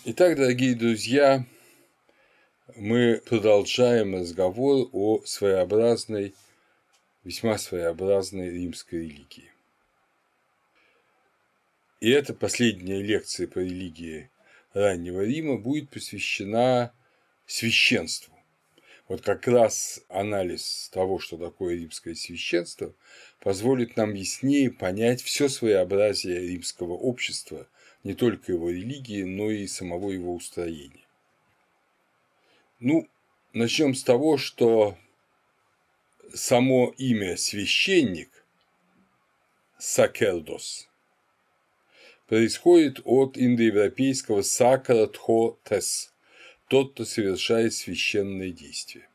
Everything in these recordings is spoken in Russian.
Итак, дорогие друзья, мы продолжаем разговор о своеобразной, весьма своеобразной римской религии. И эта последняя лекция по религии раннего Рима будет посвящена священству. Вот как раз анализ того, что такое римское священство, позволит нам яснее понять все своеобразие римского общества, не только его религии, но и самого его устроения. Начнем с того, что само имя священник сакердос происходит от индоевропейского сакра тхо тес – тот, кто совершает священное действие.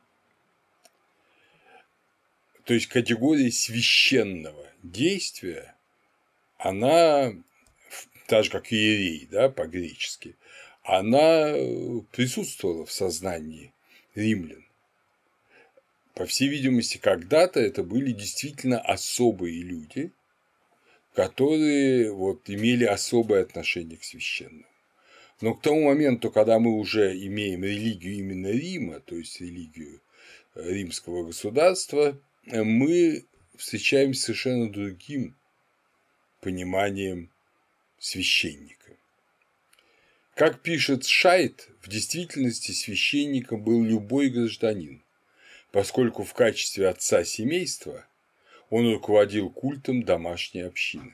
То есть категория священного действия, она, так же как иерей, да, по-гречески, она присутствовала в сознании римлян. По всей видимости, когда-то это были действительно особые люди, которые имели особое отношение к священному. Но к тому моменту, когда мы уже имеем религию именно Рима, то есть религию римского государства, мы встречаемся с совершенно другим пониманием священника. Как пишет Шайт, в действительности священником был любой гражданин, поскольку в качестве отца семейства он руководил культом домашней общины.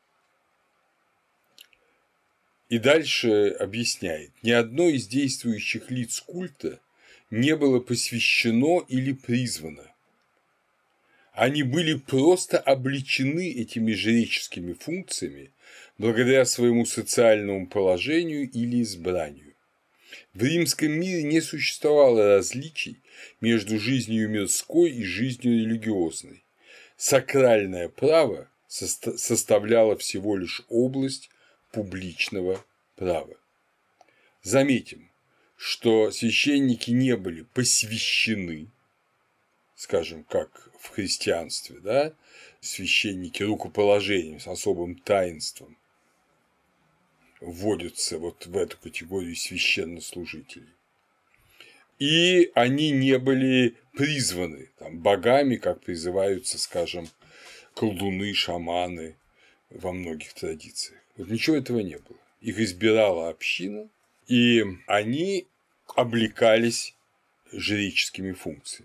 И дальше объясняет, ни одно из действующих лиц культа не было посвящено или призвано. Они были просто облечены этими жреческими функциями благодаря своему социальному положению или избранию. В римском мире не существовало различий между жизнью мирской и жизнью религиозной. Сакральное право составляло всего лишь область публичного права. Заметим, что священники не были посвящены, скажем, как в христианстве, да, священники рукоположением с особым таинством вводятся в эту категорию священнослужителей. И они не были призваны богами, как призываются, скажем, колдуны, шаманы во многих традициях. Ничего этого не было. Их избирала община, и они облекались жреческими функциями.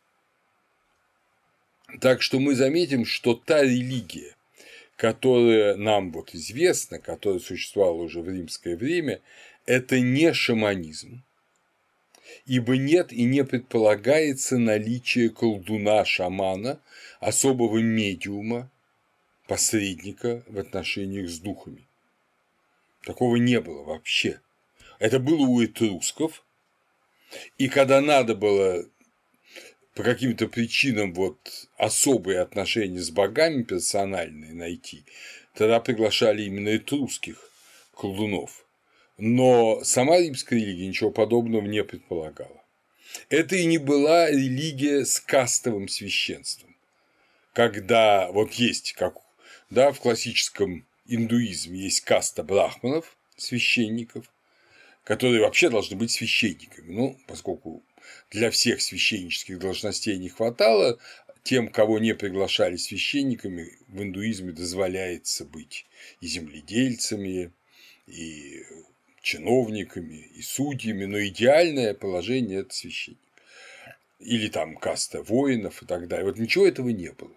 Так что мы заметим, что та религия, которая нам известна, которая существовала уже в римское время, это не шаманизм, ибо нет и не предполагается наличие колдуна-шамана, особого медиума, посредника в отношениях с духами. Такого не было вообще. Это было у этрусков, и когда надо было по каким-то причинам особые отношения с богами персональные найти, тогда приглашали именно этрусских колдунов. Но сама римская религия ничего подобного не предполагала. Это и не была религия с кастовым священством, когда есть, как в классическом индуизме есть каста брахманов, священников, которые вообще должны быть священниками, поскольку для всех священнических должностей не хватало, тем, кого не приглашали священниками, в индуизме дозволяется быть и земледельцами, и чиновниками, и судьями, но идеальное положение – это священник. Или каста воинов и так далее. Ничего этого не было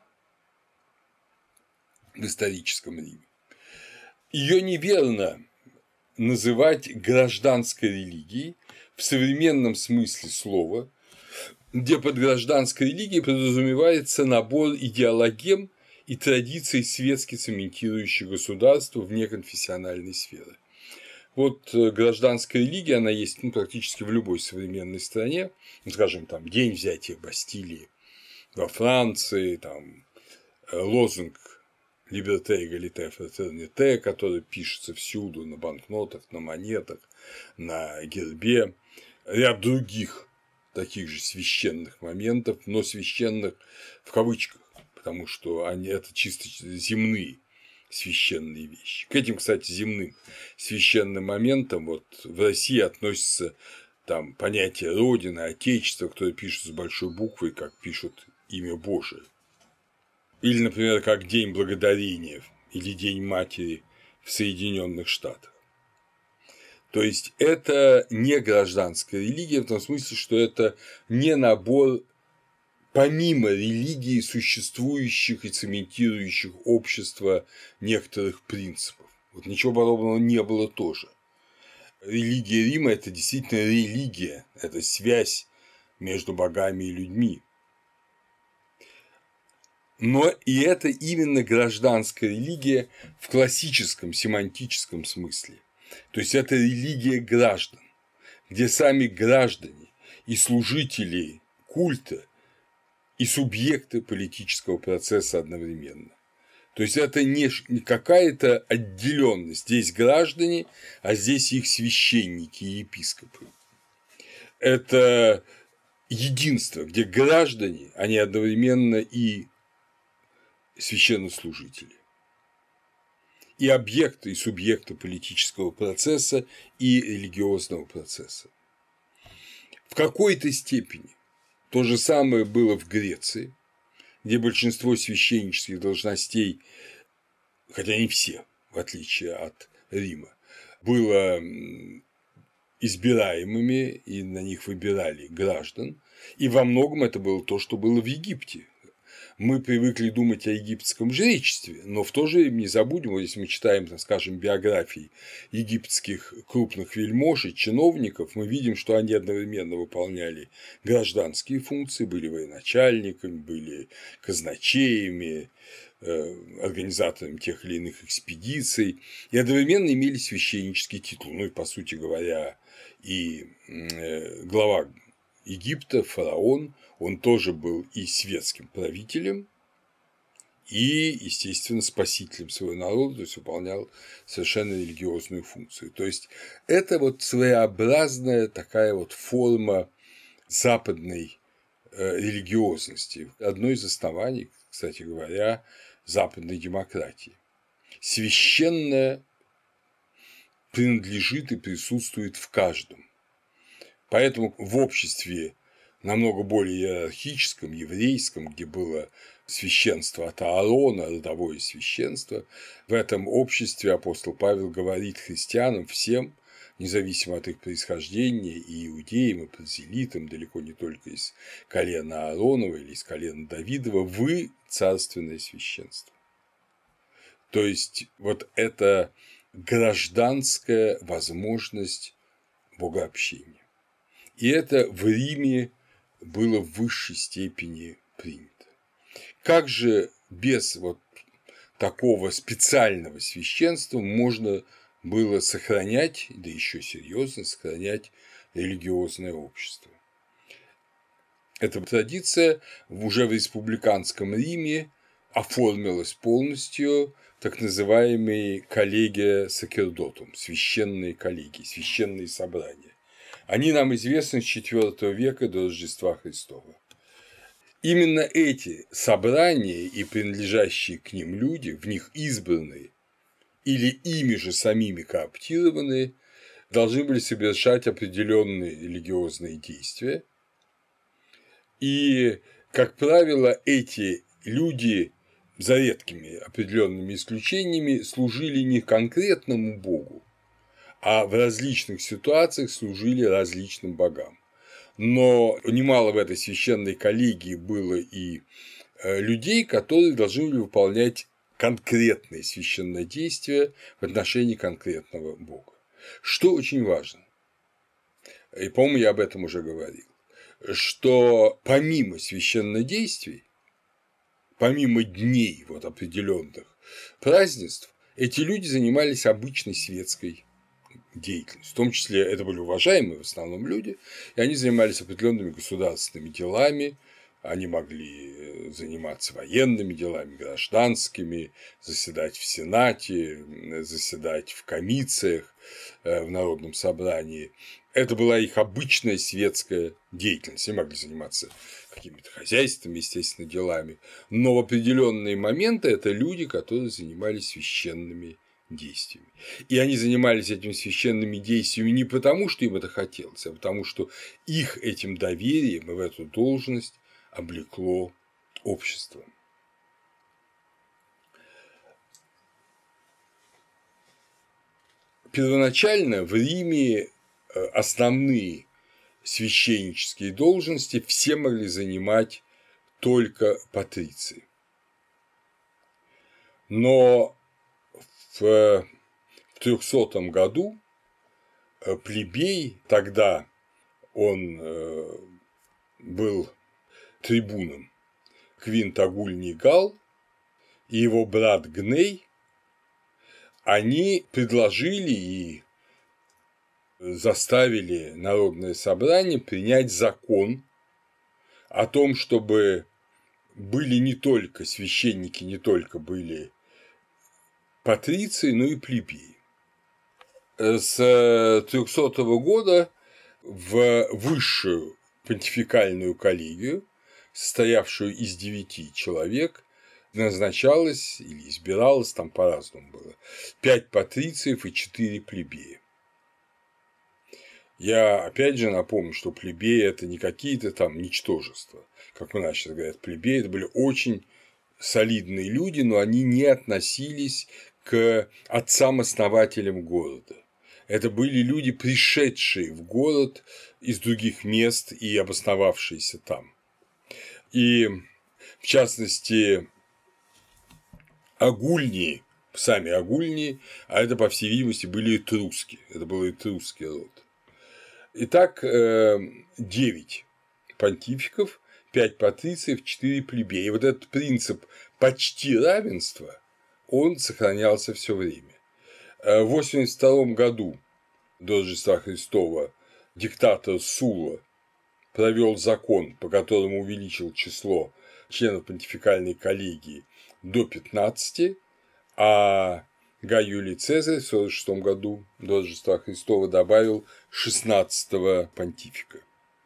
в историческом Риме. Ее неверно называть гражданской религией в современном смысле слова, где под гражданской религией подразумевается набор идеологем и традиций, светски цементирующих государство вне конфессиональной сферы. Гражданская религия, она есть практически в любой современной стране, скажем, день взятия Бастилии во Франции, лозунг Liberté, Égalité, Fraternité, который пишется всюду на банкнотах, на монетах, на гербе, ряд других таких же священных моментов, но священных в кавычках, потому что это чисто земные священные вещи. К этим, кстати, земным священным моментам вот в России относятся там понятие Родины, Отечества, которые пишут с большой буквы, как пишут имя Божие. Или, например, как День Благодарения или День Матери в Соединенных Штатах. То есть это не гражданская религия в том смысле, что это не набор помимо религии существующих и цементирующих общество некоторых принципов. Вот ничего подобного не было тоже. Религия Рима – это действительно религия, это связь между богами и людьми. Но и это именно гражданская религия в классическом семантическом смысле. То есть это религия граждан, где сами граждане и служители культа и субъекты политического процесса одновременно. То есть это не какая-то отделенность. Здесь граждане, а здесь их священники и епископы. Это единство, где граждане, они одновременно и священнослужители, и объекты, и субъекты политического процесса, и религиозного процесса. В какой-то степени то же самое было в Греции, где большинство священнических должностей, хотя не все, в отличие от Рима, было избираемыми, и на них выбирали граждан, и во многом это было то, что было в Египте. Мы привыкли думать о египетском жречестве, но в то же время не забудем, вот если мы читаем, там, скажем, биографии египетских крупных вельмож и чиновников, мы видим, что они одновременно выполняли гражданские функции, были военачальниками, были казначеями, организаторами тех или иных экспедиций, и одновременно имели священнический титул. Ну и, по сути говоря, и глава Египта, фараон, он тоже был и светским правителем, и, естественно, спасителем своего народа, то есть выполнял совершенно религиозную функцию. То есть это вот своеобразная такая вот форма западной религиозности, одно из оснований, кстати говоря, западной демократии. Священное принадлежит и присутствует в каждом. Поэтому в обществе намного более иерархическом, еврейском, где было священство от Аарона, родовое священство, в этом обществе апостол Павел говорит христианам всем, независимо от их происхождения, и иудеям, и прозелитам, далеко не только из колена Ааронова или из колена Давидова, вы царственное священство. То есть вот это гражданская возможность богообщения. И это в Риме было в высшей степени принято. Как же без вот такого специального священства можно было сохранять, да еще серьезно сохранять религиозное общество? Эта традиция уже в республиканском Риме оформилась полностью так называемой коллегия сакердотум, священные коллегии, священные собрания. Они нам известны с IV века до Рождества Христова. Именно эти собрания и принадлежащие к ним люди, в них избранные или ими же самими кооптированные, должны были совершать определенные религиозные действия. И, как правило, эти люди, за редкими определенными исключениями, служили не конкретному богу, а в различных ситуациях служили различным богам. Но немало в этой священной коллегии было и людей, которые должны были выполнять конкретные священнодействия в отношении конкретного бога. Что очень важно, и, по-моему, я об этом уже говорил, что помимо священнодействий, помимо дней вот определенных празднеств, эти люди занимались обычной светской деятельность. В том числе это были уважаемые в основном люди, и они занимались определенными государственными делами, Они могли заниматься военными делами, гражданскими, заседать в Сенате, заседать в комициях, в Народном собрании. Это была их обычная светская деятельность. Они могли заниматься какими-то хозяйственными, естественно, делами. Но в определенные моменты это люди, которые занимались священными действиями. И они занимались этими священными действиями не потому, что им это хотелось, а потому, что их этим доверием и в эту должность облекло общество. Первоначально в Риме основные священнические должности все могли занимать только патриции. Но в 300 году плебей, тогда он был трибуном, Квинт Агульний Гал и его брат Гней, они предложили и заставили Народное собрание принять закон о том, чтобы были не только священники, не только были патриции, но и плебеи. С 300 года в высшую понтификальную коллегию, состоявшую из 9 человек, назначалось или избиралось, там по-разному было, 5 патрициев и 4 плебея. Я опять же напомню, что плебеи – это не какие-то там ничтожества, как у нас сейчас говорят, плебеи – это были очень солидные люди, но они не относились к отцам-основателям города. Это были люди, пришедшие в город из других мест и обосновавшиеся там. И, в частности, агульнии, сами агульнии, а это, по всей видимости, были этруски, это был этрусский род. Итак, 9 понтификов, 5 патрициев, 4 плебея. И вот этот принцип почти равенства, он сохранялся все время. В 82 году до Рождества Христова диктатор Сула провел закон, по которому увеличил число членов понтификальной коллегии до 15, а Гай Юлий Цезарь в 46 году до Рождества Христова добавил 16-го понтифика.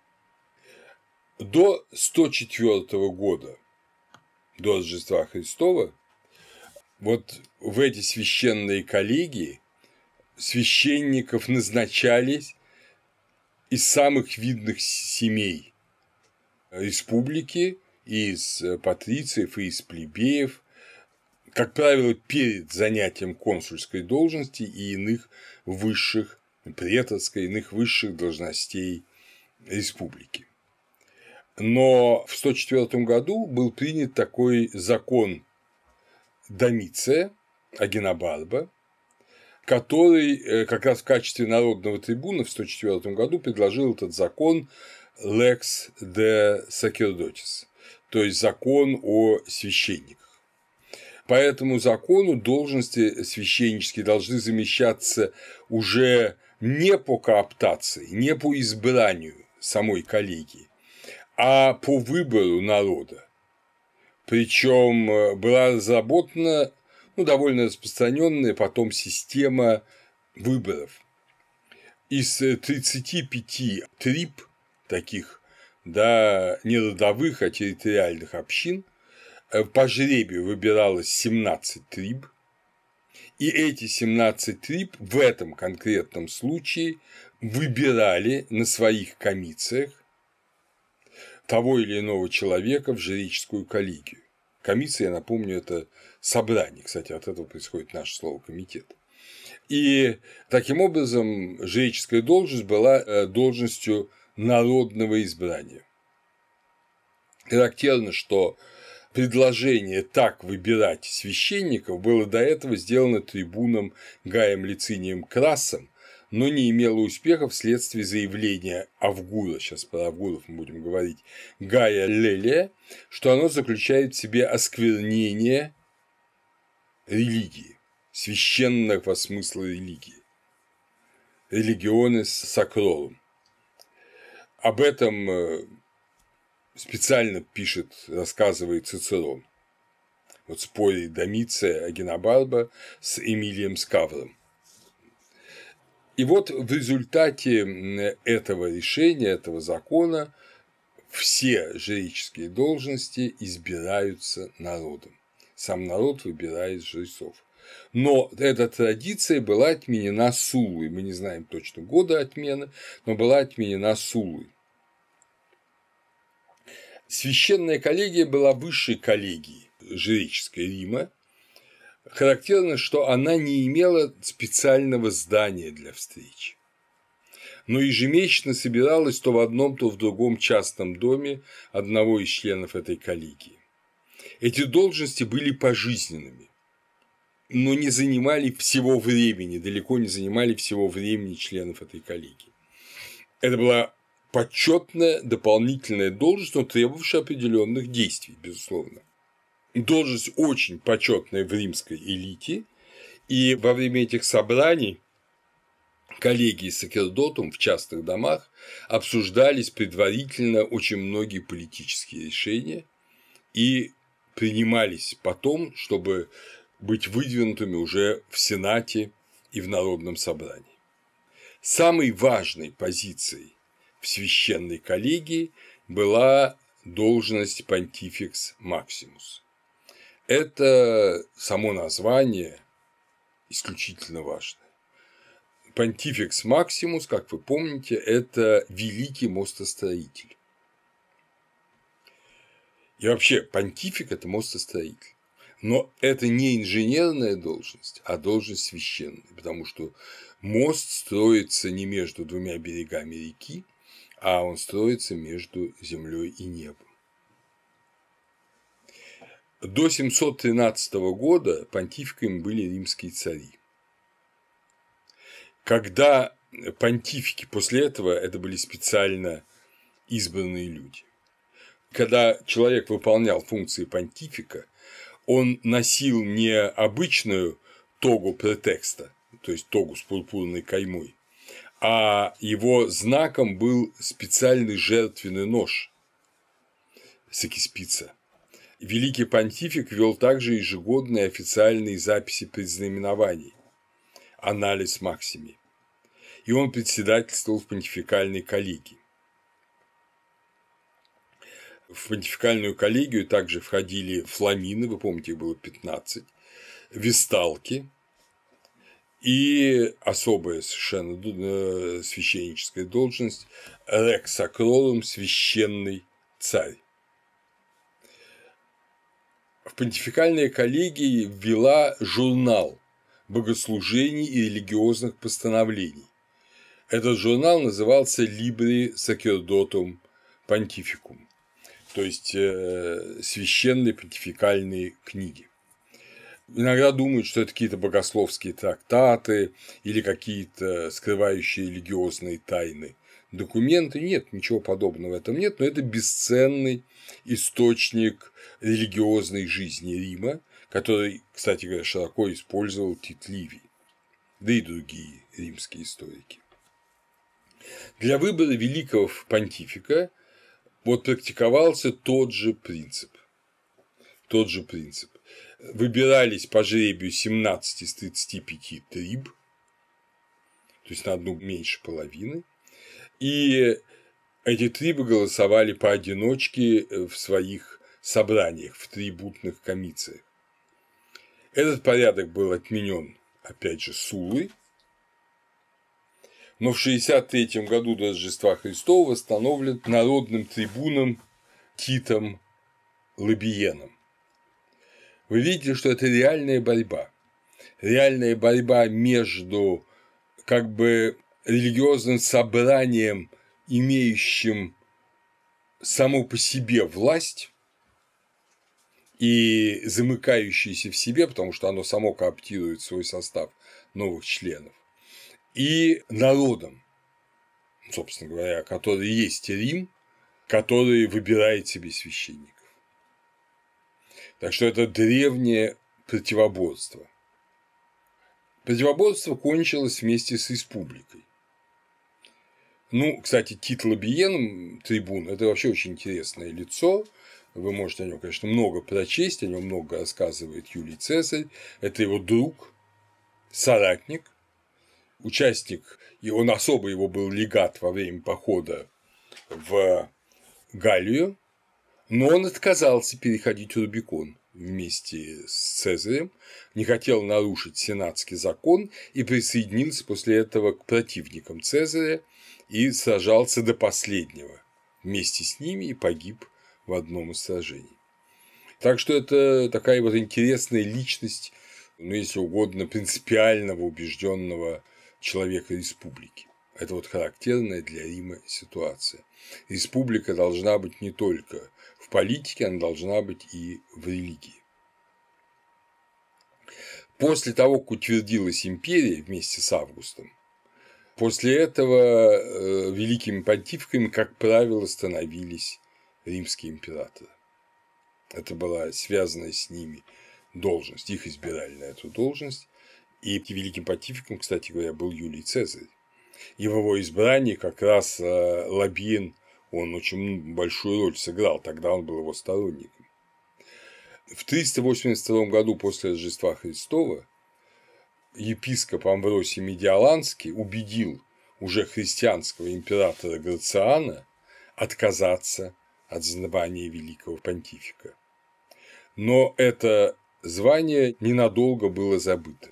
До 104 года до Рождества Христова вот в эти священные коллегии священников назначались из самых видных семей республики, из патрициев и из плебеев, как правило, перед занятием консульской должности и иных высших, преторской, иных высших должностей республики. Но в 104 году был принят такой закон Домиция Агенобарба, который как раз в качестве народного трибуна в 104 году предложил этот закон Lex de Sacerdotis, то есть закон о священниках. По этому закону должности священнические должны замещаться уже не по кооптации, не по избранию самой коллегии, а по выбору народа. Причем была разработана довольно распространенная потом система выборов. Из 35 триб, таких не родовых, а территориальных общин, по жребию выбиралось 17 триб, и эти 17 триб в этом конкретном случае выбирали на своих комициях того или иного человека в жреческую коллегию. Комиция, я напомню, это собрание, кстати, от этого происходит наше слово комитет. И таким образом жреческая должность была должностью народного избрания. Характерно, что предложение так выбирать священников было до этого сделано трибуном Гаем Лицинием Красом, но не имело успеха вследствие заявления Авгура, сейчас про Авгуров мы будем говорить, Гая Лелия, что оно заключает в себе осквернение религии, священного смысла религии, religionis sacrorum. Об этом специально пишет, рассказывает Цицерон. Вот спорит Домиция Агенобарба с Эмилием Скавром. И вот в результате этого решения, этого закона, все жреческие должности избираются народом. Сам народ выбирает жрецов. Но эта традиция была отменена Суллой. Мы не знаем точно года отмены, но была отменена Суллой. Священная коллегия была высшей коллегией жреческой Рима. Характерно, что она не имела специального здания для встреч, но ежемесячно собиралась то в одном, то в другом частном доме одного из членов этой коллегии. Эти должности были пожизненными, но не занимали всего времени, далеко не занимали всего времени членов этой коллегии. Это была почетная дополнительная должность, но требовавшая определенных действий, безусловно. Должность очень почетная в римской элите, и во время этих собраний коллегии сакердотум в частных домах обсуждались предварительно очень многие политические решения и принимались потом, чтобы быть выдвинутыми уже в Сенате и в Народном собрании. Самой важной позицией в священной коллегии была должность понтификс максимус. Это само название исключительно важное. Понтификс максимус, как вы помните, это великий мостостроитель. И вообще понтифик – это мостостроитель. Но это не инженерная должность, а должность священная, потому что мост строится не между двумя берегами реки, а он строится между землей и небом. До 713 года понтификами были римские цари. Когда понтифики после этого, это были специально избранные люди. Когда человек выполнял функции понтифика, он носил не обычную тогу претекста, то есть тогу с пурпурной каймой, а его знаком был специальный жертвенный нож сакиспица. Великий понтифик вел также ежегодные официальные записи предзнаменований, анализ максими, и он председательствовал в понтификальной коллегии. В понтификальную коллегию также входили фламины, вы помните, их было 15, весталки и особая совершенно священническая должность рекс сакролум – священный царь. В понтификальной коллегии ввела журнал богослужений и религиозных постановлений. Этот журнал назывался Libri Sacerdotum Pontificum, то есть священные понтификальные книги. Иногда думают, что это какие-то богословские трактаты или какие-то скрывающие религиозные тайны документы. Нет, ничего подобного в этом нет, но это бесценный источник религиозной жизни Рима, который, кстати говоря, широко использовал Тит Ливий, да и другие римские историки. Для выбора великого понтифика практиковался тот же принцип. Выбирались по жребию 17 из 35 триб, то есть на одну меньше половины, и эти трибы голосовали поодиночке в своих собраниях, в трибутных комициях. Этот порядок был отменен, опять же, Суллой, но в 63 году до Рождества Христова восстановлен народным трибуном Титом Лабиеном. Вы видите, что это реальная борьба между религиозным собранием, имеющим само по себе власть и замыкающееся в себе, потому что оно само кооптирует в свой состав новых членов, и народом, собственно говоря, который есть Рим, который выбирает себе священников. Так что это древнее противоборство. Противоборство кончилось вместе с республикой. Ну, кстати, Тит Лабиен, трибун, это вообще очень интересное лицо. Вы можете о нем, конечно, много прочесть, о нем много рассказывает Юлий Цезарь. Это его друг, соратник, участник, и он особо его был легат во время похода в Галлию, но он отказался переходить Рубикон вместе с Цезарем, не хотел нарушить сенатский закон и присоединился после этого к противникам Цезаря и сражался до последнего вместе с ними и погиб в одном из сражений. Так что это такая вот интересная личность, ну, если угодно, принципиального, убежденного человека республики. Это вот характерная для Рима ситуация. Республика должна быть не только в политике, она должна быть и в религии. После того, как утвердилась империя вместе с Августом, после этого великими понтификами, как правило, становились римские императоры. Это была связанная с ними должность, их избирали на эту должность. И великим понтификом, кстати говоря, был Юлий Цезарь. И в его избрании как раз Лабиен, он очень большую роль сыграл, тогда он был его сторонником. В 382 году после Рождества Христова епископ Амвросий Медиаланский убедил уже христианского императора Грациана отказаться от звания великого понтифика. Но это звание ненадолго было забыто.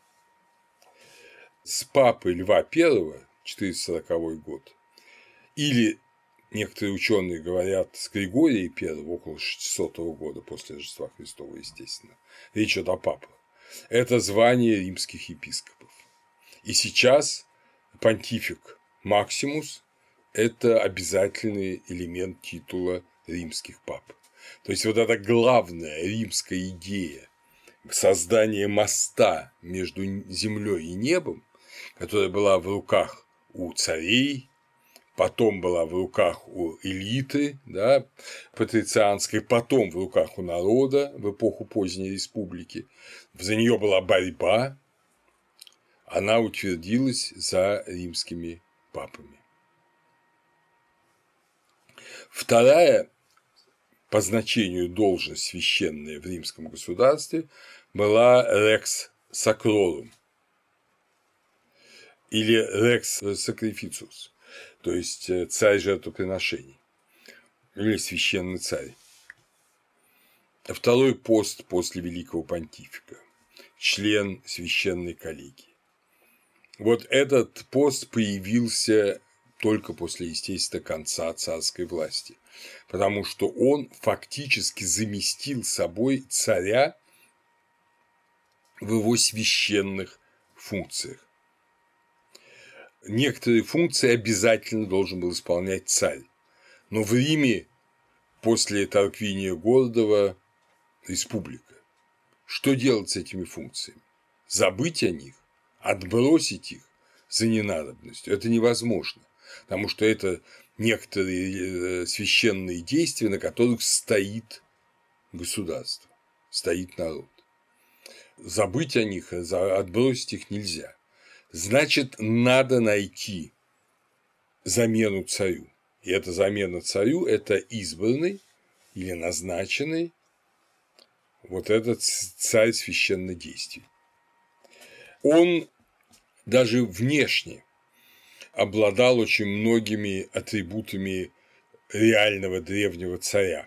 С папы Льва I, 440 год, или некоторые ученые говорят с Григория I, около 600 года после Рождества Христова, естественно, речь идет о папах, это звание римских епископов. И сейчас понтифик Максимус – это обязательный элемент титула римских пап. То есть вот эта главная римская идея создания моста между землей и небом, которая была в руках у царей, потом была в руках у элиты, да, патрицианской, потом в руках у народа в эпоху поздней республики, за нее была борьба, она утвердилась за римскими папами. Вторая по значению должность священная в римском государстве была Rex Sacrorum или Rex Sacrificius, то есть царь жертвоприношений или священный царь. Второй пост после великого понтифика, член священной коллегии. Вот этот пост появился только после, естественно, конца царской власти, потому что он фактически заместил собой царя в его священных функциях. Некоторые функции обязательно должен был исполнять царь, но в Риме после Тарквиния Гордого республика. Что делать с этими функциями? Забыть о них? Отбросить их за ненадобностью? Это невозможно, потому что это некоторые священные действия, на которых стоит государство, стоит народ. Забыть о них, отбросить их нельзя. Значит, надо найти замену царю. И эта замена царю – это избранный или назначенный вот этот царь священнодействий. Он даже внешне обладал очень многими атрибутами реального древнего царя.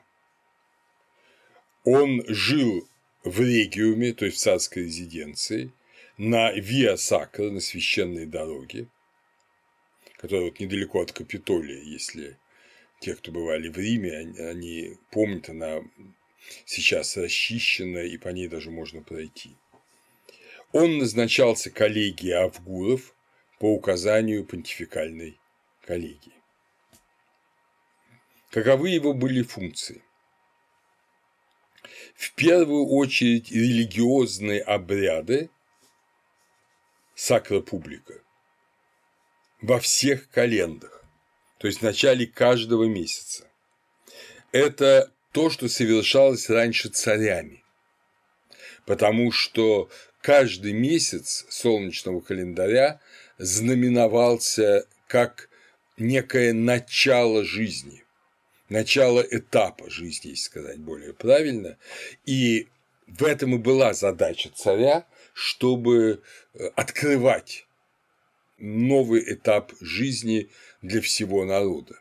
Он жил в региуме, то есть в царской резиденции, на Виа Сакра, на священной дороге, которая вот недалеко от Капитолия, если те, кто бывали в Риме, они помнят, она сейчас расчищена, и по ней даже можно пройти. Он назначался коллегией авгуров по указанию понтификальной коллегии. Каковы его были функции? В первую очередь религиозные обряды Sacra Publica во всех календах, то есть в начале каждого месяца. Это то, что совершалось раньше царями, потому что каждый месяц солнечного календаря знаменовался как некое начало жизни, начало этапа жизни, если сказать более правильно, и в этом и была задача царя, чтобы открывать новый этап жизни для всего народа.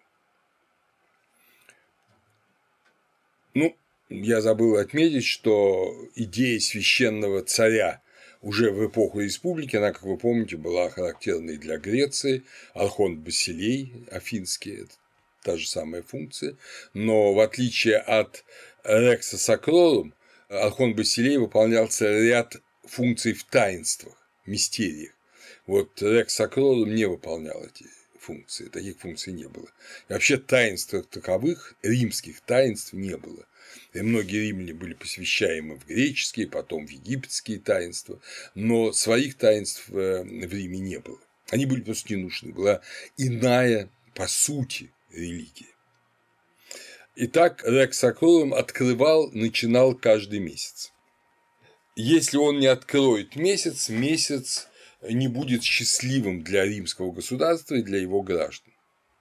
Ну, я забыл отметить, что идея священного царя уже в эпоху республики, она, как вы помните, была характерной для Греции, архонт Басилей афинский, это та же самая функция, но в отличие от Рекса Сакрорум, архонт Басилей выполнял целый ряд функций в таинствах, мистериях. Вот Рекс Сакрорум не выполнял эти функции, таких функций не было. И вообще таинств таковых, римских таинств не было. И многие римляне были посвящаемы в греческие, потом в египетские таинства, но своих таинств в Риме не было. Они были просто не нужны, была иная, по сути, религия. Итак, Рекс Сакрорум начинал каждый месяц. Если он не откроет месяц, месяц не будет счастливым для римского государства и для его граждан.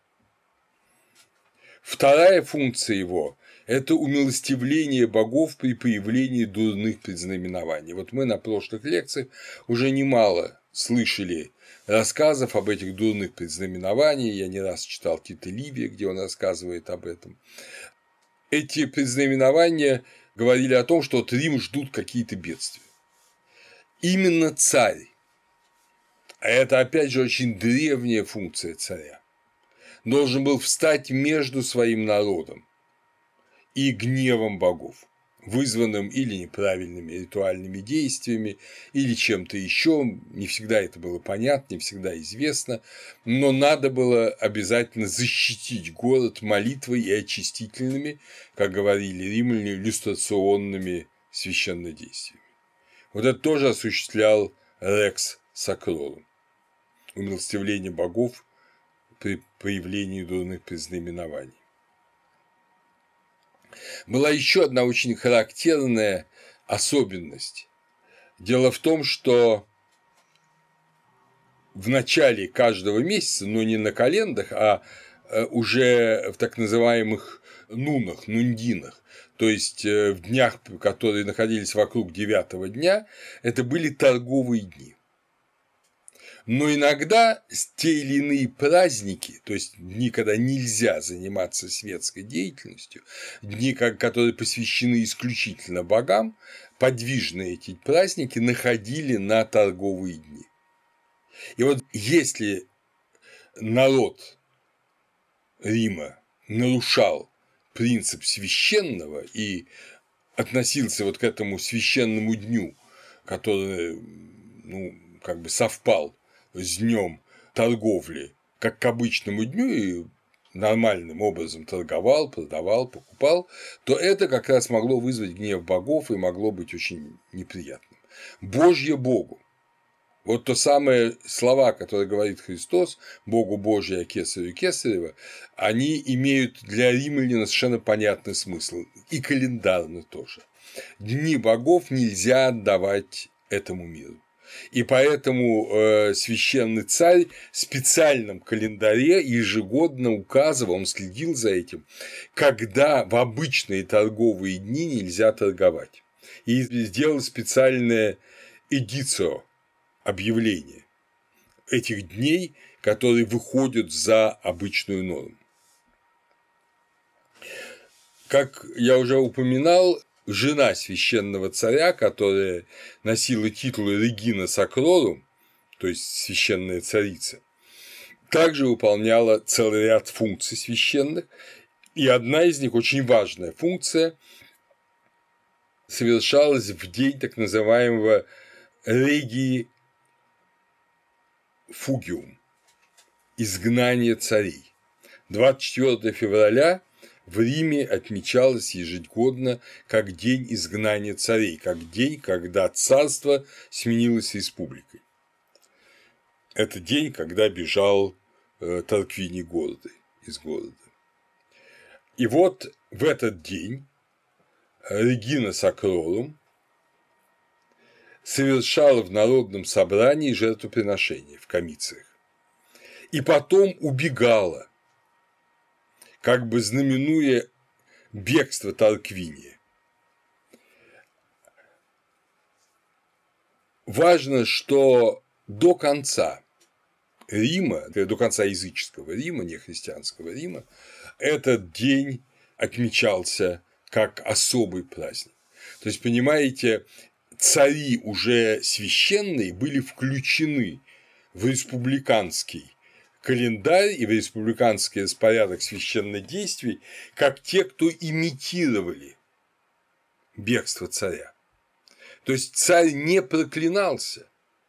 Вторая функция его – это умилостивление богов при появлении дурных предзнаменований. Вот мы на прошлых лекциях уже немало слышали рассказов об этих дурных предзнаменованиях, я не раз читал Тита Ливия, где он рассказывает об этом. Эти предзнаменования говорили о том, что от Рим ждут какие-то бедствия. Именно царь, а это опять же очень древняя функция царя, должен был встать между своим народом и гневом богов, вызванным или неправильными ритуальными действиями, или чем-то еще. Не всегда это было понятно, не всегда известно, но надо было обязательно защитить город молитвой и очистительными, как говорили римляне, люстрационными священнодействиями. Вот это тоже осуществлял Рекс Сакрорум, умилостивление богов при появлении дурных предзнаменований. Была еще одна очень характерная особенность. Дело в том, что в начале каждого месяца, но не на календах, а уже в так называемых нунах, нундинах, то есть в днях, которые находились вокруг 9-го дня, это были торговые дни. Но иногда те или иные праздники, то есть дни, когда нельзя заниматься светской деятельностью, дни, которые посвящены исключительно богам, подвижные эти праздники находили на торговые дни. И вот если народ Рима нарушал принцип священного и относился вот к этому священному дню, который, как бы совпал с днем торговли, как к обычному дню, и нормальным образом торговал, продавал, покупал, то это как раз могло вызвать гнев богов и могло быть очень неприятным. Божье Богу. Вот то самое слова, которые говорит Христос, Богу Божие, а Кесарю Кесарева, они имеют для римлян совершенно понятный смысл, и календарно тоже. Дни богов нельзя отдавать этому миру. И поэтому священный царь в специальном календаре ежегодно указывал, он следил за этим, когда в обычные торговые дни нельзя торговать. И сделал специальное эдицио, объявление этих дней, которые выходят за обычную норму. Как я уже упоминал, жена священного царя, которая носила титул Регина Сакрорум, то есть священная царица, также выполняла целый ряд функций священных, и одна из них, очень важная функция, совершалась в день так называемого Регии Фугиум – изгнание царей. 24 февраля в Риме отмечалось ежегодно как день изгнания царей, как день, когда царство сменилось республикой. Это день, когда бежал Тарквиний из города. И вот в этот день Регина Сакрорум совершала в народном собрании жертвоприношение в комициях. и потом убегала, как бы знаменуя бегство Тарквиния. Важно, что до конца Рима, до конца языческого Рима, не христианского Рима, этот день отмечался как особый праздник. То есть, понимаете, цари уже священные были включены в республиканский календарь и в республиканский распорядок священных действий как те, кто имитировали бегство царя. То есть царь не проклинался,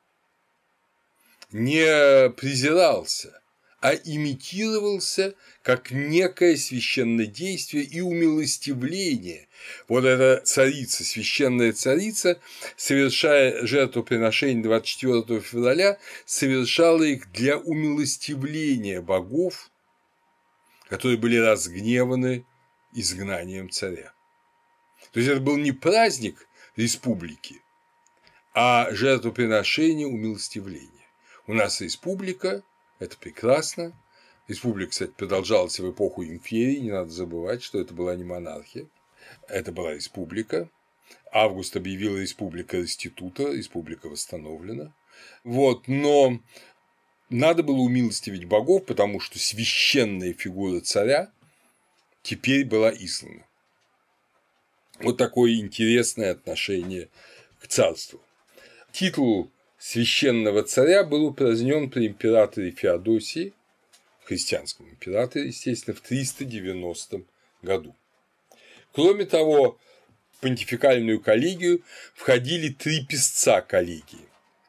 не презирался, а имитировался как некое священное действие и умилостивление. Вот эта царица, священная царица, совершая жертвоприношения 24 февраля, совершала их для умилостивления богов, которые были разгневаны изгнанием царя. То есть это был не праздник республики, а жертвоприношение умилостивления. У нас республика, это прекрасно. Республика, кстати, продолжалась в эпоху империи, не надо забывать, что это была не монархия, это была республика. Август объявил республика реститута, республика восстановлена. Вот, но надо было умилостивить богов, потому что священная фигура царя теперь была изгнана. Вот такое интересное отношение к царству. Титул священного царя был упразднен при императоре Феодосии, христианском императоре, естественно, в 390 году. Кроме того, в понтификальную коллегию входили 3 писца коллегии,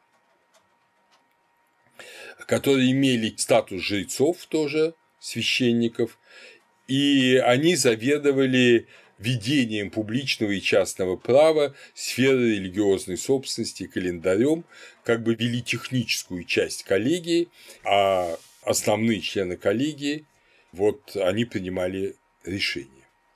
которые имели статус жрецов, тоже священников, и они заведовали ведением публичного и частного права, сферы религиозной собственности, календарем, как бы вели техническую часть коллегии, а основные члены коллегии, вот они принимали решения.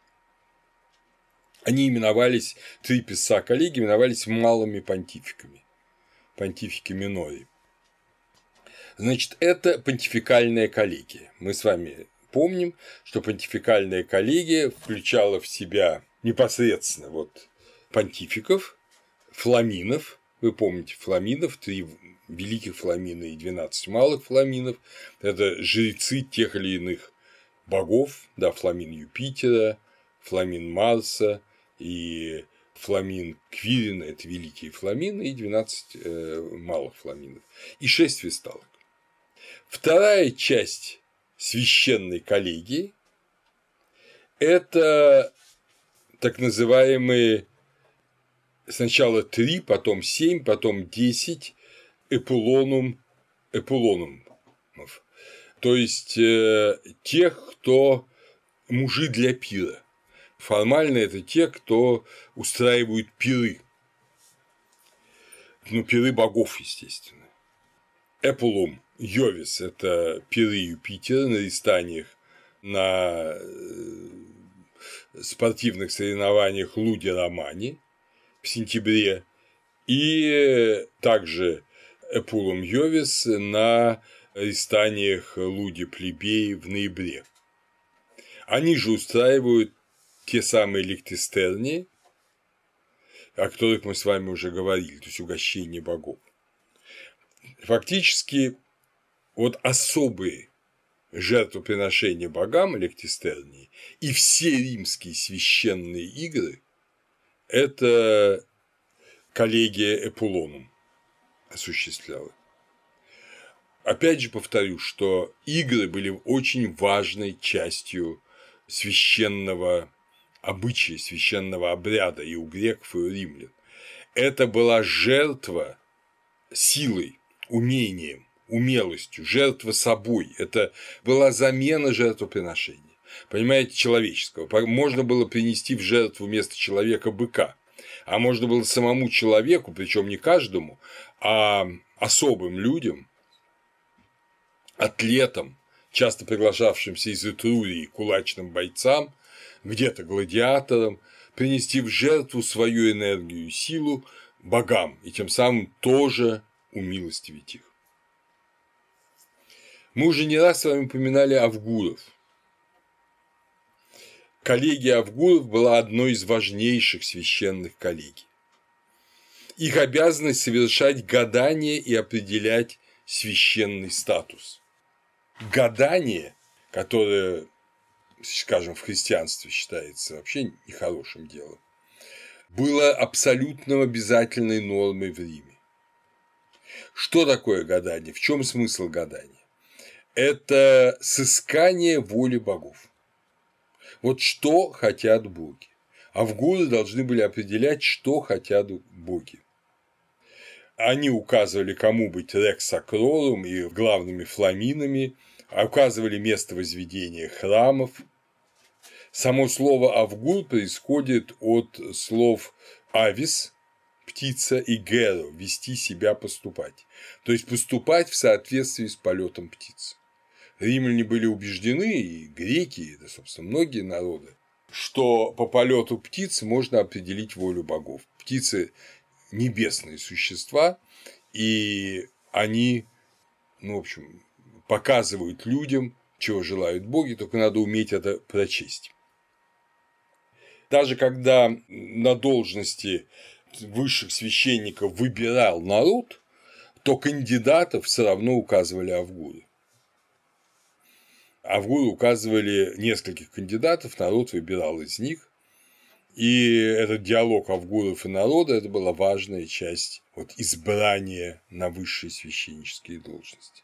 Они именовались, 3 писца коллегии именовались малыми понтификами, понтифики минори. Значит, это понтификальная коллегия. Мы с вами помним, что понтификальная коллегия включала в себя непосредственно вот понтификов, фламинов, вы помните фламинов, 3 великих фламина и 12 малых фламинов, это жрецы тех или иных богов, да, фламин Юпитера, фламин Марса и фламин Квирина – это великие фламины, и 12 малых фламинов, и 6 весталок. Вторая часть священной коллегии – это так называемые сначала 3, потом 7, потом 10 эпулонумов, то есть тех, кто мужи для пира. Формально это те, кто устраивают пиры, ну, пиры богов, естественно. Эпулум Йовис – это пиры Юпитера на рестаниях, на спортивных соревнованиях Луди-Романи в сентябре, и также Эпулум Йовис на рестаниях Луди-Плебеи в ноябре. Они же устраивают те самые лектистернии, о которых мы с вами уже говорили, то есть угощение богов. Фактически, вот особые жертвоприношения богам лектистернии и все римские священные игры – это коллегия Эпулонум осуществляла. Опять же повторю, что игры были очень важной частью священного обычая, священного обряда и у греков, и у римлян. Это была жертва силой, умением, умелостью, жертва собой. Это была замена жертвоприношения. Понимаете, человеческого. Можно было принести в жертву вместо человека быка, а можно было самому человеку, причем не каждому, а особым людям, атлетам, часто приглашавшимся из Этрурии, кулачным бойцам, где-то гладиаторам, принести в жертву свою энергию и силу богам и тем самым тоже умилостивить их. Мы уже не раз с вами упоминали авгуров. Коллегия авгуров была одной из важнейших священных коллегий. Их обязанность совершать гадания и определять священный статус. Гадание, которое, скажем, в христианстве считается вообще нехорошим делом, было абсолютно обязательной нормой в Риме. Что такое гадание? В чем смысл гадания? Это сыскание воли богов. Вот что хотят боги. Авгуры должны были определять, что хотят боги. Они указывали, кому быть рекс сакрорум и главными фламинами, указывали место возведения храмов. Само слово авгур происходит от слов авис – птица, и геро – вести себя, поступать. То есть поступать в соответствии с полетом птицы. Римляне были убеждены, и греки, и, да, собственно, многие народы, что по полету птиц можно определить волю богов. Птицы – небесные существа, и они, в общем, показывают людям, чего желают боги, только надо уметь это прочесть. Даже когда на должности высших священников выбирал народ, то кандидатов все равно указывали авгуры. Авгуры указывали нескольких кандидатов, народ выбирал из них, и этот диалог авгуров и народа – это была важная часть избрания на высшие священнические должности.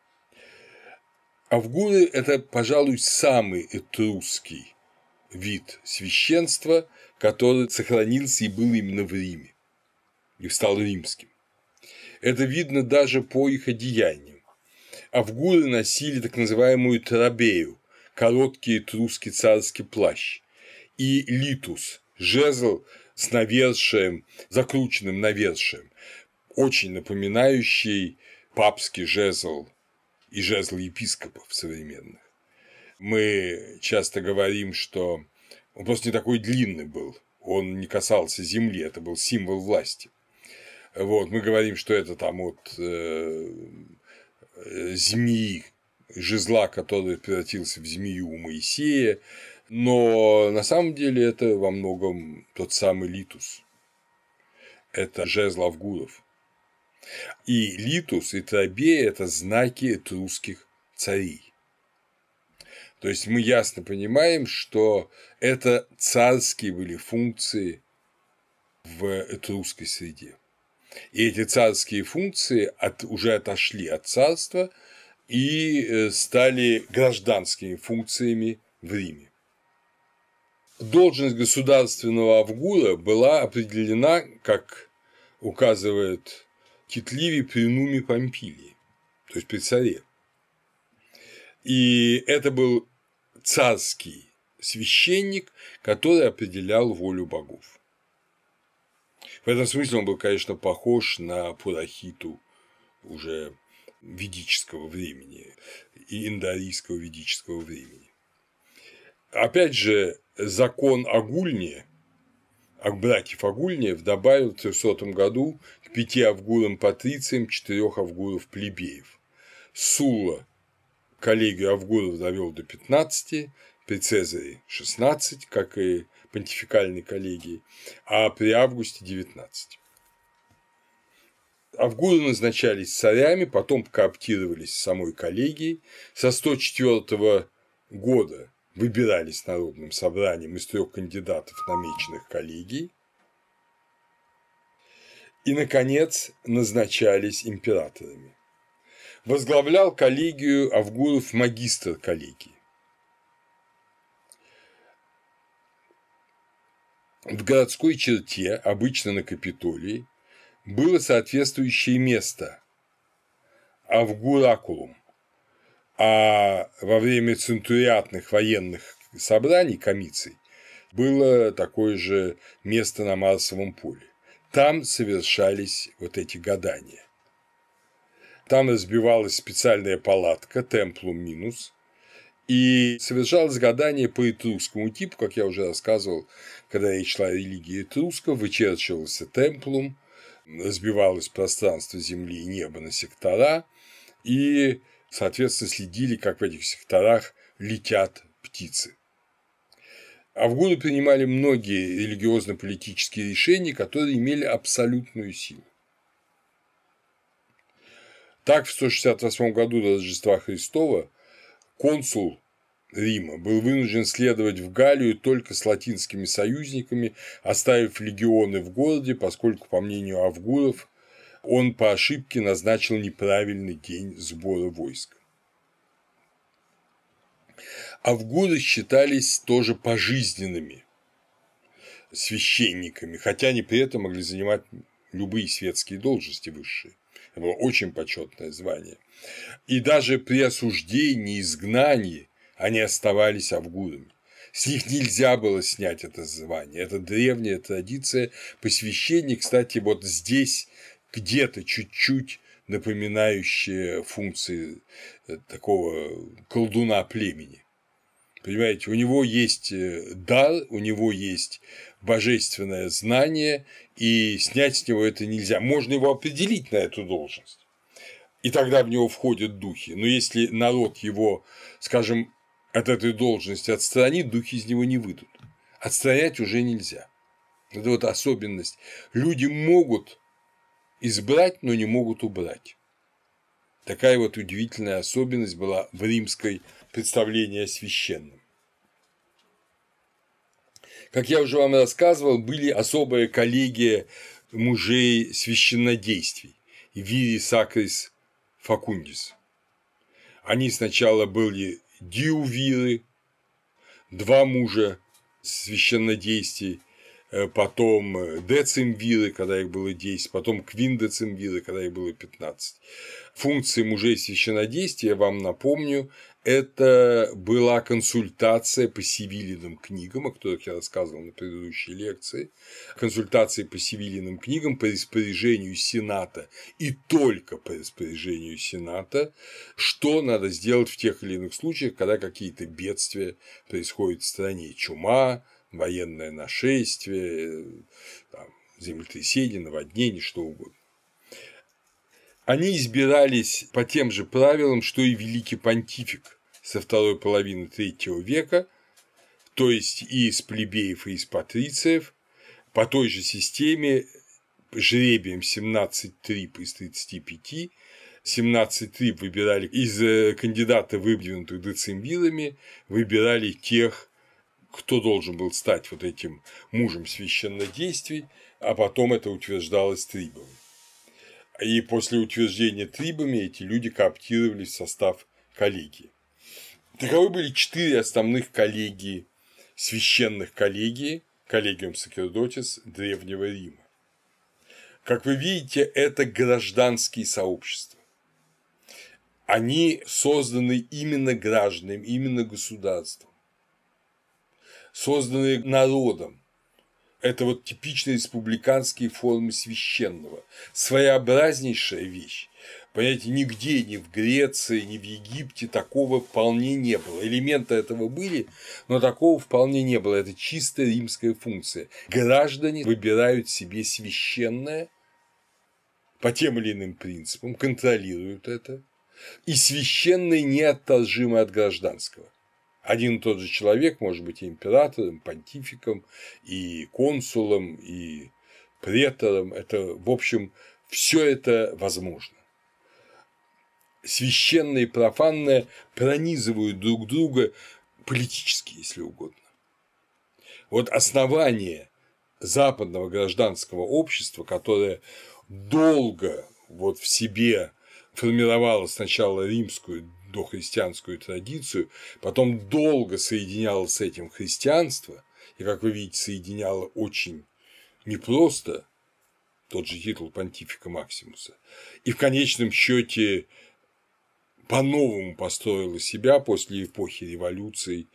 Авгуры – это, пожалуй, самый этрусский вид священства, который сохранился и был именно в Риме, и стал римским. Это видно даже по их одеяниям. Авгуры носили так называемую трабею – короткий этрусский царский плащ, и литус – жезл с навершием, закрученным навершием, очень напоминающий папский жезл и жезл епископов современных. Мы часто говорим, что он просто не такой длинный был, он не касался земли, это был символ власти. Мы говорим, что это там от змеи, жезла, который превратился в змею у Моисея, но на самом деле это во многом тот самый литус. Это жезл авгуров. И литус, и трабея – это знаки этрусских царей. То есть мы ясно понимаем, что это царские были функции в этрусской среде. И эти царские функции уже отошли от царства и стали гражданскими функциями в Риме. Должность государственного авгура была определена, как указывает Тит Ливий, при нуме Помпилии, то есть при царе. И это был царский священник, который определял волю богов. В этом смысле он был, конечно, похож на Пурахиту уже ведического времени и индоарийского ведического времени. Опять же, закон Агульния, братьев Агульниев, добавил в 300 году к 5 авгурам патрициям 4 авгуров плебеев. Сулла коллегию авгуров довел до 15, при Цезаре 16, как и понтификальной коллегии, а при Августе 19. Авгуры назначались царями, потом кооптировались самой коллегией. Со 104 года выбирались народным собранием из 3 кандидатов, намеченных коллегией. И, наконец, назначались императорами. Возглавлял коллегию авгуров магистр коллегии. В городской черте, обычно на Капитолии, было соответствующее место – авгуракулум, а во время центуриатных военных собраний, комиций, было такое же место на Марсовом поле. Там совершались эти гадания. Там разбивалась специальная палатка темплум минус, и совершалось гадание по этрусскому типу, как я уже рассказывал, когда речь шла о религии этрусков, вычерчивался темплум, разбивалось пространство земли и неба на сектора, и соответственно, следили, как в этих секторах летят птицы. Авгуры принимали многие религиозно-политические решения, которые имели абсолютную силу. Так, в 168 году до Рождества Христова консул Рима был вынужден следовать в Галлию только с латинскими союзниками, оставив легионы в городе, поскольку, по мнению авгуров, он по ошибке назначил неправильный день сбора войск. Авгуры считались тоже пожизненными священниками, хотя они при этом могли занимать любые светские должности высшие. Это было очень почетное звание. И даже при осуждении, изгнании они оставались авгурами. С них нельзя было снять это звание. Это древняя традиция посвящения. Кстати, вот здесь где-то чуть-чуть напоминающая функции такого колдуна племени. Понимаете, у него есть дар, у него есть божественное знание, и снять с него это нельзя. Можно его определить на эту должность, и тогда в него входят духи. Но если народ его, скажем, от этой должности отстранит, духи из него не выйдут. Отстранять уже нельзя. Это вот особенность. Люди могут избрать, но не могут убрать. Такая вот удивительная особенность была в римской представлении о священном. Как я уже вам рассказывал, были особая коллегия мужей священнодействий – Вири Сакрис Факундис. Они сначала были диувиры, два мужа священнодействий, потом децимвиры, когда их было 10, потом квиндецимвиры, когда их было 15. Функции мужей священнодействия, я вам напомню, это была консультация по сивилиным книгам, о которых я рассказывал на предыдущей лекции, консультации по сивилиным книгам по распоряжению Сената и только по распоряжению Сената, что надо сделать в тех или иных случаях, когда какие-то бедствия происходят в стране, чума, военное нашествие, там, землетрясение, наводнение, что угодно. Они избирались по тем же правилам, что и великий понтифик со второй половины III века, то есть и из плебеев, и из патрициев, по той же системе жребием 17 триб из 35, 17 триб выбирали из кандидата, выдвинутых децимвирами, выбирали тех, кто должен был стать вот этим мужем священнодействий, а потом это утверждалось трибами. И после утверждения трибами эти люди кооптировались в состав коллегии. Таковы были 4 основных коллегии, священных коллегии, коллегиум сакердотис Древнего Рима. Как вы видите, это гражданские сообщества. Они созданы именно гражданами, именно государством, созданы народом. Это вот типичные республиканские формы священного. Своеобразнейшая вещь. Понимаете, нигде, ни в Греции, ни в Египте такого вполне не было. Элементы этого были, но такого вполне не было. Это чисто римская функция. Граждане выбирают себе священное по тем или иным принципам, контролируют это. И священное неотторжимо от гражданского. Один и тот же человек может быть и императором, понтификом, и консулом, и претором. Это, в общем, все это возможно. Священное и профанное пронизывают друг друга политически, если угодно. Вот основание западного гражданского общества, которое долго вот в себе формировало сначала римскую дохристианскую традицию, потом долго соединяло с этим христианство, и, как вы видите, соединяло очень непросто, тот же титул понтифика Максимуса, и в конечном счете по-новому построила себя после эпохи революций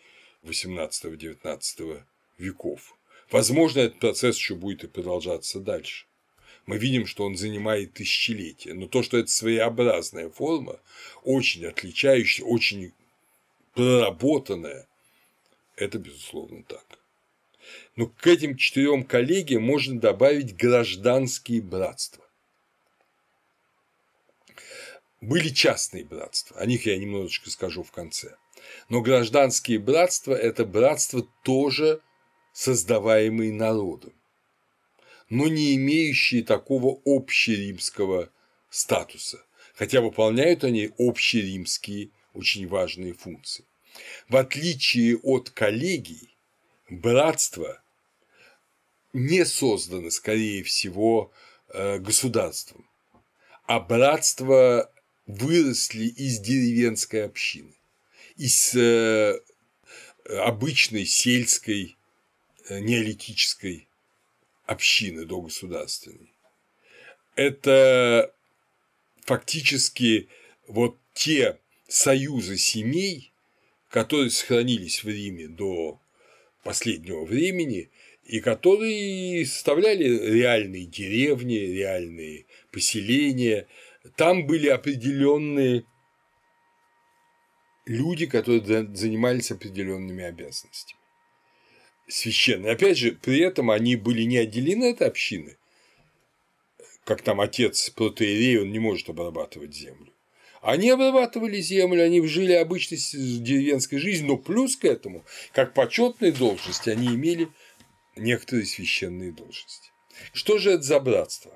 XVIII-XIX веков. Возможно, этот процесс еще будет и продолжаться дальше. Мы видим, что он занимает тысячелетия, но то, что это своеобразная форма, очень отличающаяся, очень проработанная, это безусловно так. Но к этим 4 коллегиям можно добавить гражданские братства. Были частные братства, о них я немножечко скажу в конце. Но гражданские братства – это братства, тоже создаваемые народом, но не имеющие такого общеримского статуса, хотя выполняют они общеримские очень важные функции. В отличие от коллегий, братства не созданы, скорее всего, государством, а братства выросли из деревенской общины, из обычной сельской неолитической общины догосударственной. Это фактически вот те союзы семей, которые сохранились в Риме до последнего времени и которые составляли реальные деревни, реальные поселения. Там были определенные люди, которые занимались определенными обязанностями священные. Опять же, при этом они были не отделены от общины, как там отец протоиерей, он не может обрабатывать землю. Они обрабатывали землю, они жили обычной деревенской жизнью, но плюс к этому, как почетные должности, они имели некоторые священные должности. Что же это за братство?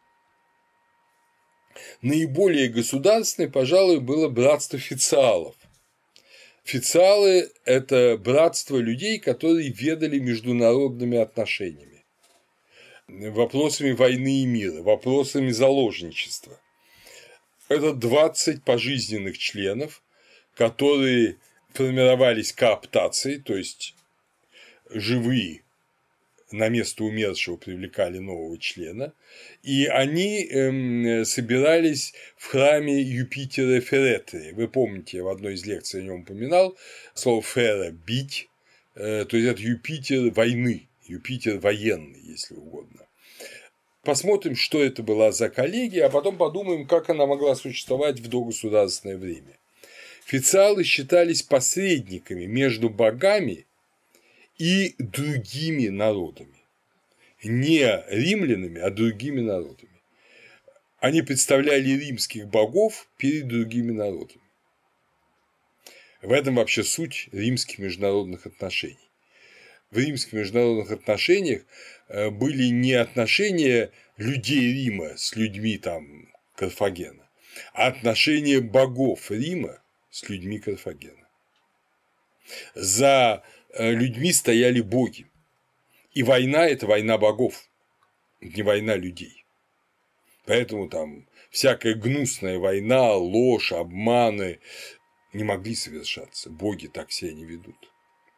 Наиболее государственное, пожалуй, было братство фициалов. Фициалы – это братство людей, которые ведали международными отношениями, вопросами войны и мира, вопросами заложничества. Это 20 пожизненных членов, которые формировались кооптацией, то есть живые на место умершего привлекали нового члена, и они собирались в храме Юпитера Феретрии. Вы помните, я в одной из лекций о нем упоминал слово «фера» – «бить», то есть это Юпитер войны, Юпитер военный, если угодно. Посмотрим, что это была за коллегия, а потом подумаем, как она могла существовать в догосударственное время. Фициалы считались посредниками между богами и другими народами. Не римлянами, а другими народами. Они представляли римских богов перед другими народами. В этом вообще суть римских международных отношений. В римских международных отношениях были не отношения людей Рима с людьми там Карфагена, а отношения богов Рима с людьми Карфагена. За людьми стояли боги. И война – это война богов, не война людей. Поэтому там всякая гнусная война, ложь, обманы не могли совершаться. Боги так себя не ведут.